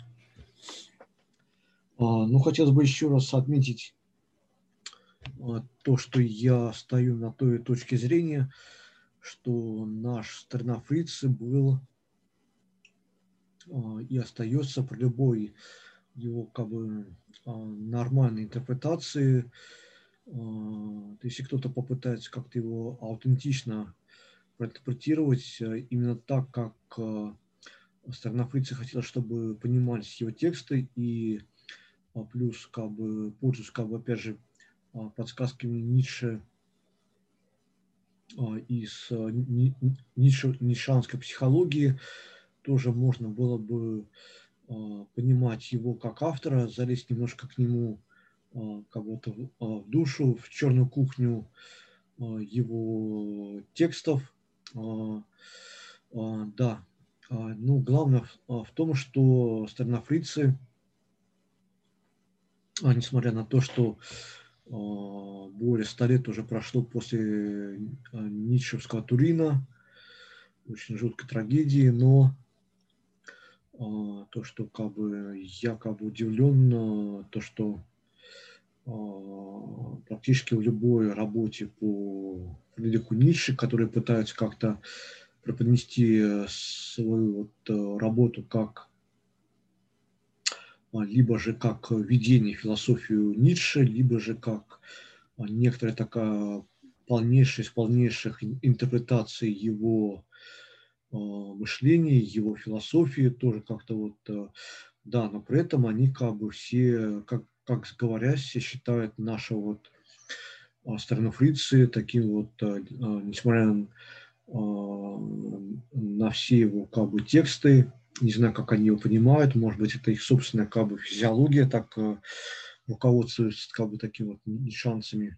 А, ну, хотелось бы еще раз отметить а, то, что я стою на той точке зрения, что наш Старофрицы был а, и остается при любой его как бы а, нормальной интерпретации. А, если кто-то попытается как-то его аутентично проинтерпретировать именно так, как а, Старофрицы хотел, чтобы понимались его тексты, и а, плюс как бы пользуясь как бы опять же подсказками Ницше из Ницше, ницшеанской психологии, тоже можно было бы понимать его как автора, залезть немножко к нему как будто в душу, в черную кухню его текстов. Да, ну главное в том, что старофрицы, несмотря на то, что более ста лет уже прошло после ницшевского Турина, очень жуткой трагедии, но то, что как бы я как бы удивлен, то, что практически в любой работе по Фридриху Ницше, которые пытаются как-то преподнести свою вот работу как либо же как введение в философию Ницше, либо же как некоторая такая полнейшая из полнейших интерпретаций его э, мышления, его философии, тоже как-то вот, э, да, но при этом они как бы все, как, как говоря, все считают нашего вот Старофрицы таким вот, э, несмотря на, э, на все его как бы тексты, не знаю, как они его понимают, может быть, это их собственная как бы физиология так э, руководствуется как бы такими вот нишанцами.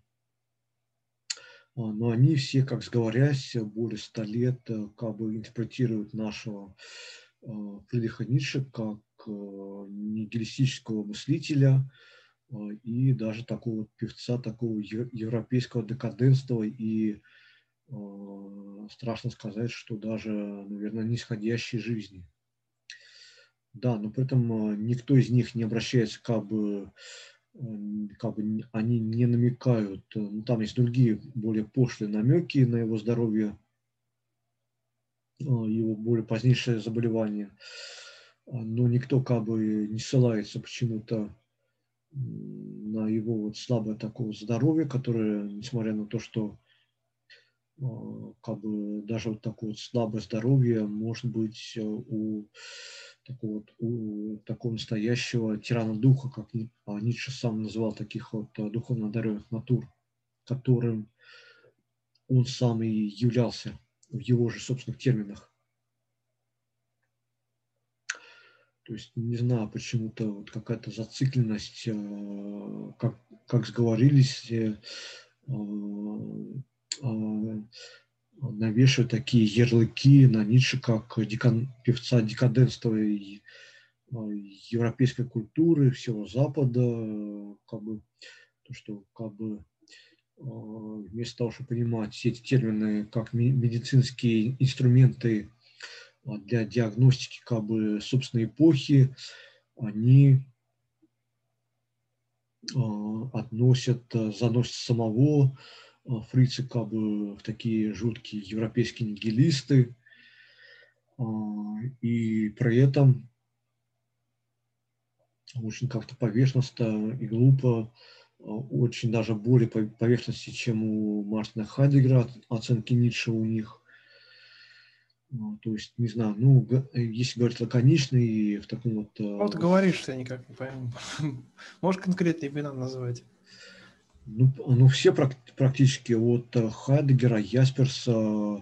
Но они все, как сговорясь, более ста лет как бы интерпретируют нашего э, Фридриха Ницше как э, нигилистического мыслителя э, и даже такого певца, такого европейского декаденства и э, страшно сказать, что даже, наверное, нисходящей жизни. Да, но при этом никто из них не обращается как бы как бы они не намекают, ну, там есть другие более пошлые намеки на его здоровье, его более позднейшее заболевание, но никто как бы не ссылается почему-то на его вот слабое такое здоровье, которое, несмотря на то, что как бы даже вот такое вот слабое здоровье может быть у такого, вот, у такого настоящего тирана духа, как Ницше сам называл таких вот духовно одаренных натур, которым он сам и являлся в его же собственных терминах. То есть, не знаю, почему-то вот какая-то зацикленность, как, как сговорились, навешивают такие ярлыки на Ницше, как декан, певца декаденства и европейской культуры, всего Запада, как бы, то, что как бы вместо того, чтобы понимать все эти термины как медицинские инструменты для диагностики как бы собственной эпохи, они относят, заносят самого Фрица как бы в такие жуткие европейские нигилисты, и при этом очень как-то поверхностно и глупо, очень даже более поверхностнее, чем у Мартина Хайдеггера оценки Ницше у них. То есть, не знаю, ну, если говорить лаконично и в таком вот... Вот говоришь, я никак не пойму. Можешь конкретные имена назвать? Ну, ну все практически от Хайдеггера, Ясперса,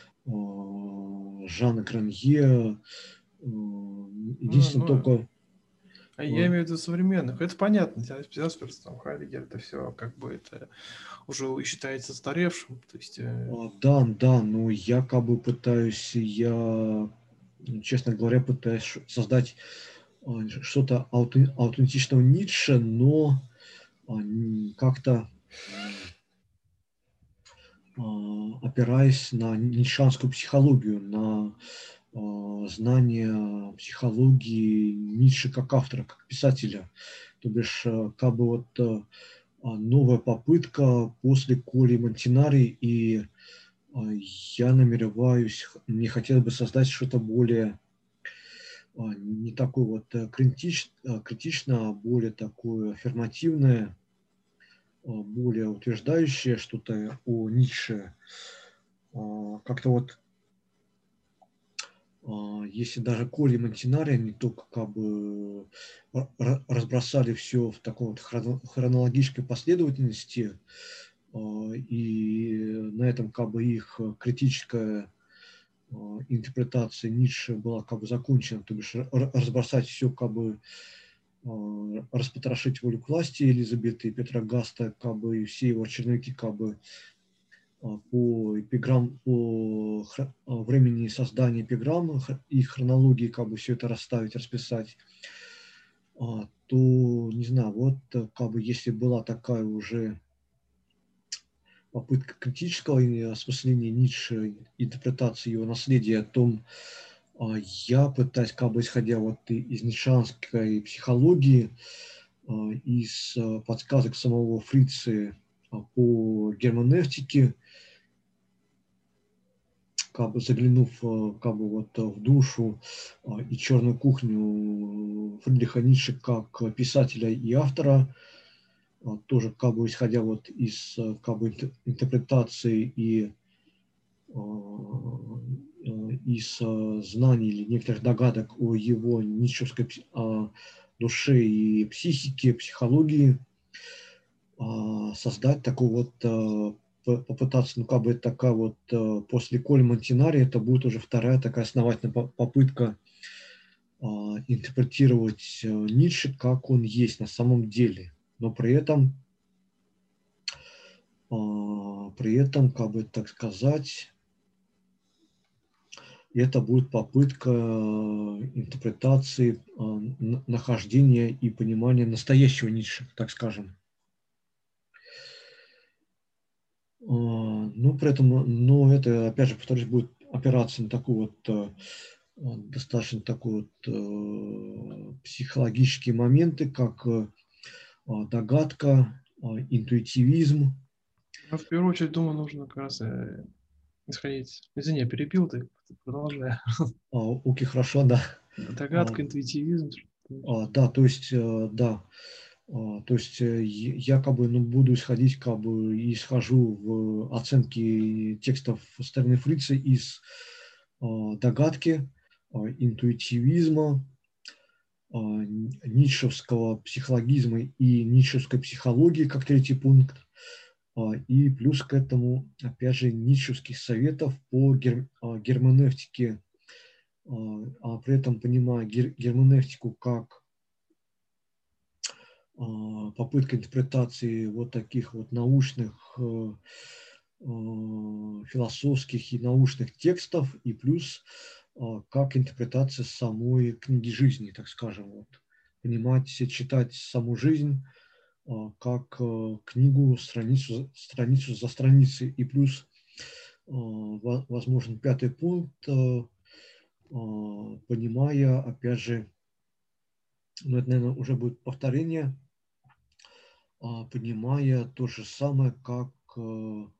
Жана Гранье. Единственное, ну, только... Я имею в виду современных. Это понятно. Ясперс, там, Хайдеггер, это все как бы это уже считается устаревшим. То есть... Да, да, но я как бы пытаюсь, я, честно говоря, пытаюсь создать что-то аутентичного Ницше, но как-то опираясь на ницшанскую психологию, на знание психологии Ницше как автора, как писателя. То бишь, как бы вот новая попытка после Коли Монтинари, и я намереваюсь, мне хотелось бы создать что-то более не такое вот критич, критично, а более такое аффирмативное, более утверждающее что-то о Ницше. Как-то вот, если даже Коли и Монтинари, они только как бы разбросали все в такой вот хронологической последовательности, и на этом как бы их критическая интерпретация Ницше была как бы закончена, то бишь разбросать все, как бы распотрошить волю к власти Елизаветы и Петра Гаста, как бы и все его черновики как бы по эпиграмм, по времени создания эпиграмм и хронологии как бы все это расставить, расписать, то, не знаю, вот как бы если была такая уже попытка критического осмысления Ницше, интерпретации его наследия, о том, я пытаюсь, как бы исходя вот из ницшанской психологии, из подсказок самого Фрица по герменевтике, как бы заглянув как бы вот в душу и черную кухню Фридриха Ницше как писателя и автора, тоже как бы исходя вот из как бы интерпретации и из знаний или некоторых догадок о его ницшевской душе и психике, психологии, создать такой вот, попытаться, ну как бы такая вот, после Коли Монтинари это будет уже вторая такая основательная попытка интерпретировать Ницше, как он есть на самом деле, но при этом, при этом, как бы так сказать, это будет попытка интерпретации нахождения и понимания настоящего Ницше, так скажем. Ну, при этом, но это, опять же, повторюсь, будет опираться на такой вот достаточно такой вот психологические моменты, как догадка, интуитивизм. Ну, в первую очередь, думаю, нужно как раз исходить. Извини, я перебил, ты продолжай. Окей, хорошо, да. Догадка, интуитивизм. Да, то есть, да. То есть я как бы ну, буду исходить, как бы и исхожу в оценке текстов стороны Фрица из догадки, интуитивизма, ницшевского психологизма и ницшевской психологии как третий пункт, и плюс к этому, опять же, ницшевских советов по гер, герменевтике, а при этом понимая гер, герменевтику как попытка интерпретации вот таких вот научных, философских и научных текстов, и плюс как интерпретация самой книги жизни, так скажем, вот, понимать, читать саму жизнь как книгу страницу, страницу за страницей, и плюс, возможно, пятый пункт, понимая, опять же, ну, это, наверное, уже будет повторение, понимая то же самое, как ну,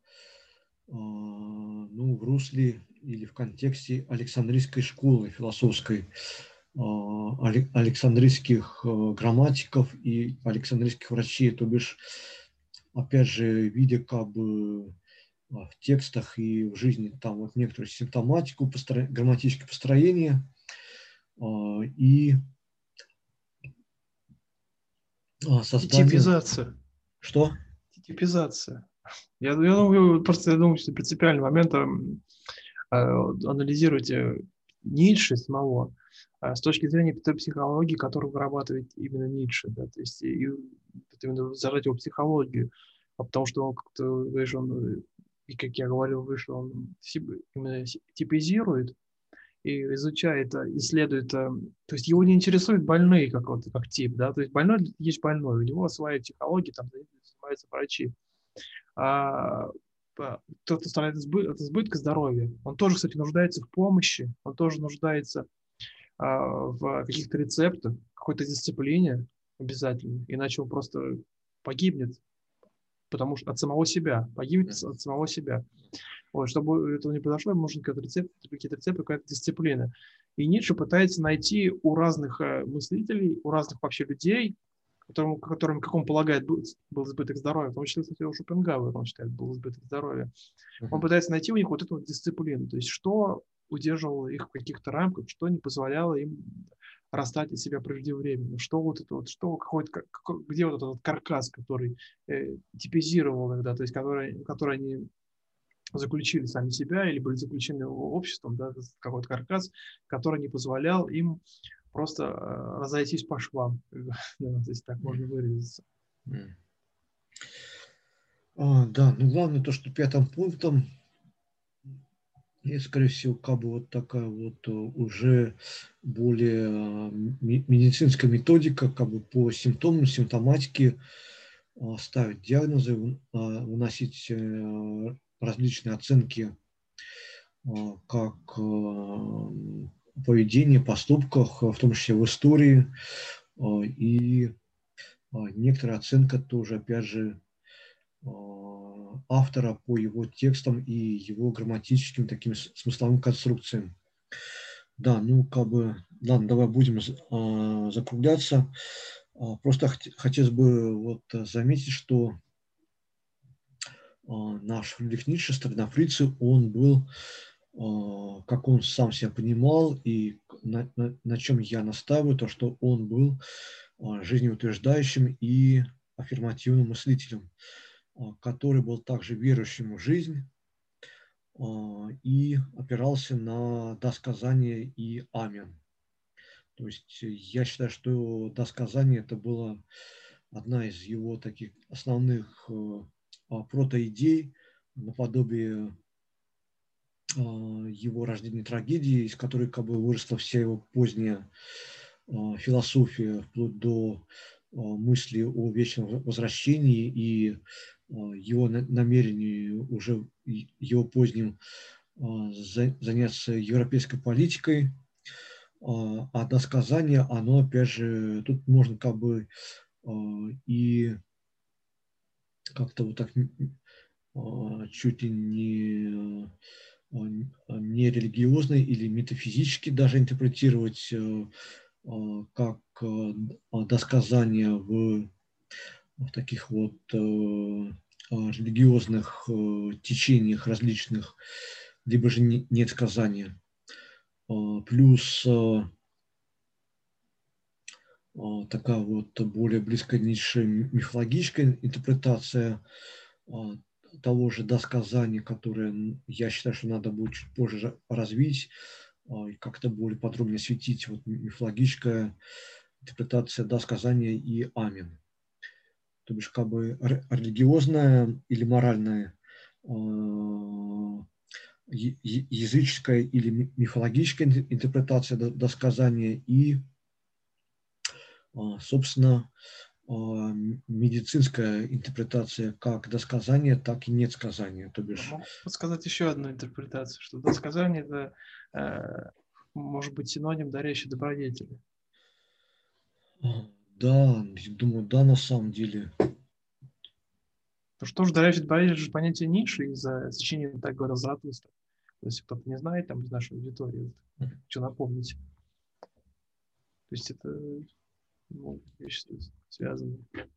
в русле или в контексте Александрийской школы философской, александрийских грамматиков и александрийских врачей, то бишь, опять же, видя как бы в текстах и в жизни там вот некоторую симптоматику, постро... грамматическое построение и создание... Типизация. Что? Типизация. Я, я думаю, просто я думаю, что принципиальный момент э, анализировать Ницше самого с точки зрения той психологии, которую вырабатывает именно Ницше, да, то есть и, именно зажать его психологию, потому что он как-то, видишь, он, и как я говорил, выше, он именно типизирует и изучает, исследует, то есть его не интересуют больные как, вот, как тип, да, то есть больной есть больной, у него своя психология, там занимаются врачи. А кто-то страдает от избытка здоровья, он тоже, кстати, нуждается в помощи, он тоже нуждается а, в каких-то рецептах, какой-то дисциплине обязательно, иначе он просто погибнет, потому что от самого себя, погибнет от самого себя. Вот, чтобы этого не произошло, ему нужен какой-то рецепт, какие-то рецепты, какая-то дисциплина. И Ницше пытается найти у разных мыслителей, у разных вообще людей, которым, которым, как он полагает, был, был избыток здоровья, в том числе, кстати, у Шопенгауэра, он считает, был избыток здоровья. Uh-huh. Он пытается найти у них вот эту вот дисциплину, то есть что удерживало их в каких-то рамках, что не позволяло им расстать от себя преждевременно, что вот это вот, что какой-то, где вот этот вот каркас, который э, типизировал иногда, то есть который, который они заключили сами себя или были заключены обществом, да, какой-то каркас, который не позволял им просто э, разойтись по швам, то есть так можно выразиться. А, да, ну главное то, что пятым пунктом есть, скорее всего, как бы вот такая вот уже более медицинская методика, как бы по симптомам, симптоматике ставить диагнозы, выносить различные оценки как поведение, поступках, в том числе в истории, и некоторая оценка тоже, опять же, автора по его текстам и его грамматическим таким смысловым конструкциям. Да, ну как бы, ладно, давай будем а, закругляться. А, просто хот- хотелось бы вот заметить, что а, наш Фридрих Ницше, Старонафриций, он был, а, как он сам себя понимал, и на, на, на чем я настаиваю, то, что он был а, жизнеутверждающим и аффирмативным мыслителем, который был также верующим в жизнь и опирался на досказание и амен. То есть я считаю, что досказание это была одна из его таких основных протоидей, наподобие его рождения трагедии, из которой как бы выросла вся его поздняя философия, вплоть до мысли о вечном возвращении и его намерении уже его поздним заняться европейской политикой. А досказание, оно, опять же, тут можно как бы и как-то вот так чуть ли не, не религиозно или метафизически даже интерпретировать как досказание в, в таких вот религиозных течениях различных, либо же нет сказания. Плюс такая вот более близкая Ницше мифологическая интерпретация того же досказания, которое я считаю, что надо будет чуть позже развить и как-то более подробнее осветить. Вот мифологическая интерпретация досказания и амен. То бишь как бы религиозная или моральная, языческая или мифологическая интерпретация досказания и, собственно, медицинская интерпретация как досказания, так и несказания. То бишь... Могу подсказать еще одну интерпретацию, что досказание это э, может быть синоним дарящей добродетели. Да, думаю, да, на самом деле. Ну что ж, дарящий добродетель же понятие Ницше из-за сочинения так говорил Заратустра. Если кто-то не знает, там из нашей аудитории, что напомнить. есть это, ну, я считаю, связано.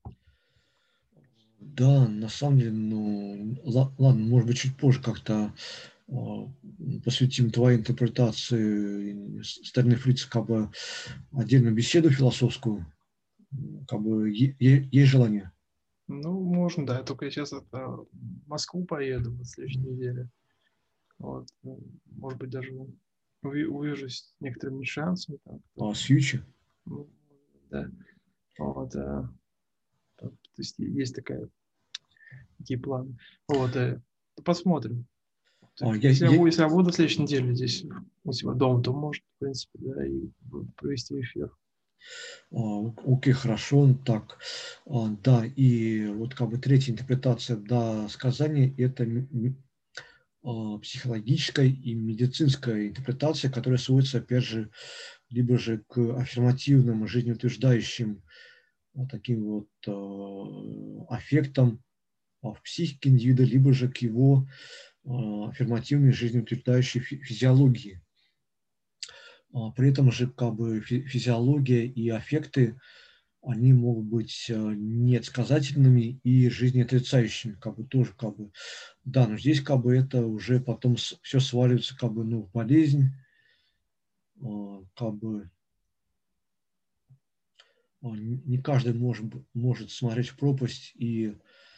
Да, на самом деле, ну, ладно, может быть, чуть позже как-то э, посвятим твоей интерпретации старины Фрица, как бы отдельную беседу философскую, как бы е- е- есть желание. Ну, можно, да. Только я сейчас это, в Москву поеду в следующей неделе. Вот. Может быть, даже увижу с некоторыми шансами. Там, А с Ючи? ну, да. Вот, а, то есть есть такая, такие планы. Вот, а, посмотрим. А, я, Если я, я, буду, если я буду в следующей неделе здесь, у себя дома, то может, в принципе, да, и провести эфир. а, окей, хорошо, так, а, да, и вот как бы третья интерпретация, да, сказания – это а, психологическая и медицинская интерпретация, которая сводится, опять же, либо же к аффирмативным, жизнеутверждающим вот таким вот э, аффектам в психике индивида, либо же к его э, аффирмативной, жизнеутверждающей физиологии. При этом же как бы физиология и аффекты, они могут быть недсказательными и жизнеотрицающими, как бы тоже как бы, да, но здесь как бы это уже потом все сваливается как бы, ну, в болезнь, как бы не каждый может, может смотреть в пропасть и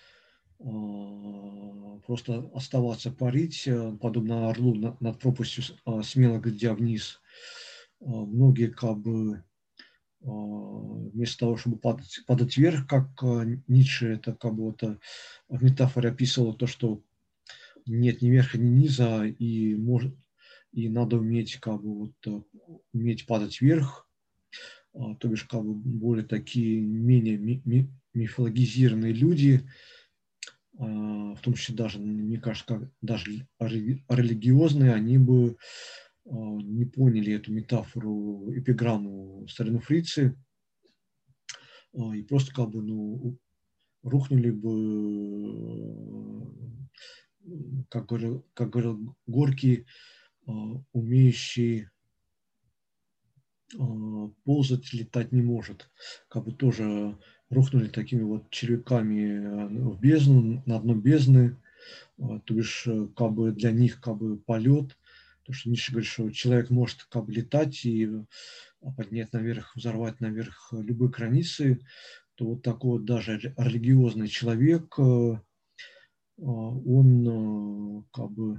просто оставаться парить, подобно орлу над пропастью, смело глядя вниз. Многие как бы вместо того, чтобы падать, падать вверх, как Ницше это как бы вот в метафоре описывал то, что нет ни верха, ни низа, и, может, и надо уметь как бы вот уметь падать вверх, то бишь как бы более такие менее ми- ми- мифологизированные люди, в том числе даже, мне кажется, как даже религиозные, они бы не поняли эту метафору, эпиграмму старины Фрицы, и просто как бы, ну, рухнули бы, как говорил, как говорил Горький, умеющий ползать, летать не может. Как бы тоже рухнули такими вот червяками в бездну, на дно бездны. То бишь, как бы для них как бы полет, то, что Ницше говорит, что человек может как бы летать и поднять наверх, взорвать наверх любые границы, то вот такой вот даже религиозный человек, он как бы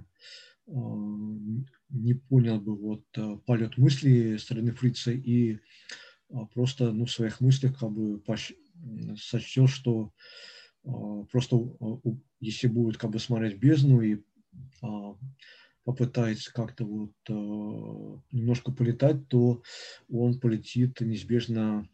не понял бы вот полет мысли стороны Фрица и просто, ну, в своих мыслях как бы сочтет, что просто если будет как бы смотреть в бездну и попытается как-то вот немножко полетать, то он полетит неизбежно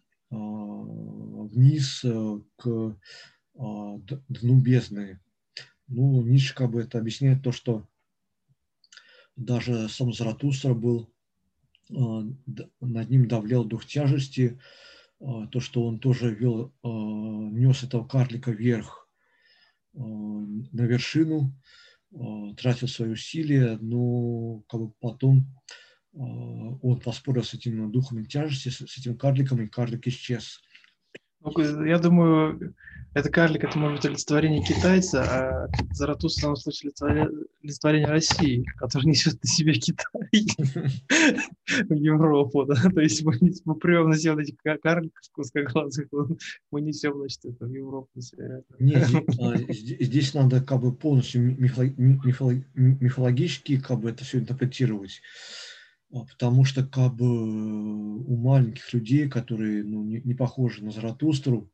вниз к дну бездны. Ну, Ницше как бы это объясняет то, что даже сам Заратустра был, над ним давлял дух тяжести, то, что он тоже вел, нес этого карлика вверх на вершину, тратил свои усилия, но как бы потом он поспорил с этим духом тяжести, с этим карликом, и карлик исчез. Ну, я думаю, это карлик, это может быть олицетворение китайца, а Заратустра в данном случае олицетворение России, который несет на себе Китай в Европу. Да? То есть мы, мы привем на себя вот этих карликов узкоглазых, мы несем, значит, это в Европу. Нет, здесь, здесь надо как бы полностью мифологически как бы это все интерпретировать. Потому что как бы у маленьких людей, которые, ну, не, не похожи на Заратустру,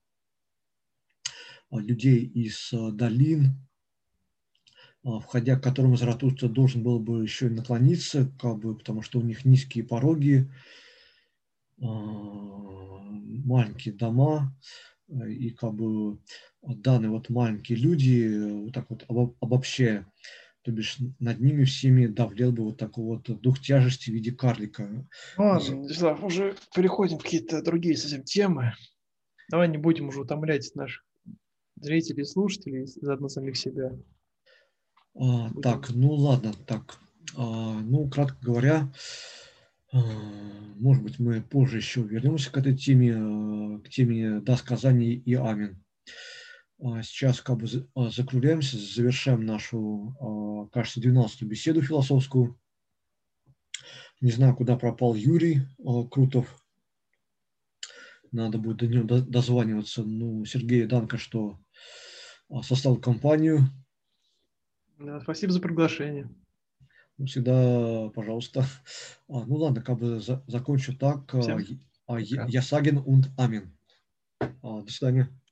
людей из долин, входя к которым Заратустра должен был бы еще и наклониться, как бы, потому что у них низкие пороги, маленькие дома, и как бы данные вот маленькие люди, вот так вот обобщая, то бишь над ними всеми давлел бы вот такой вот дух тяжести в виде карлика. Ладно, Вячеслав, уже переходим в какие-то другие совсем темы. Давай не будем уже утомлять наших зрителей и слушателей, заодно самих себя. А, так, ну ладно, так, а, ну, кратко говоря, А, Может быть, мы позже еще вернемся к этой теме, э, к теме «Да, сказаний и амин». А Сейчас как бы за- а, закругляемся, завершаем нашу, а, кажется, двенадцатую беседу философскую. Не знаю, куда пропал Юрий а, Крутов. Надо будет до него до- дозваниваться. Ну, Сергей Данко, что а, составил компанию. Да, спасибо за приглашение. Ну, всегда, пожалуйста. А, ну ладно, как бы за- закончу так. А, Всем е- а, е- пока. Я Сагин und Амин. А, До свидания.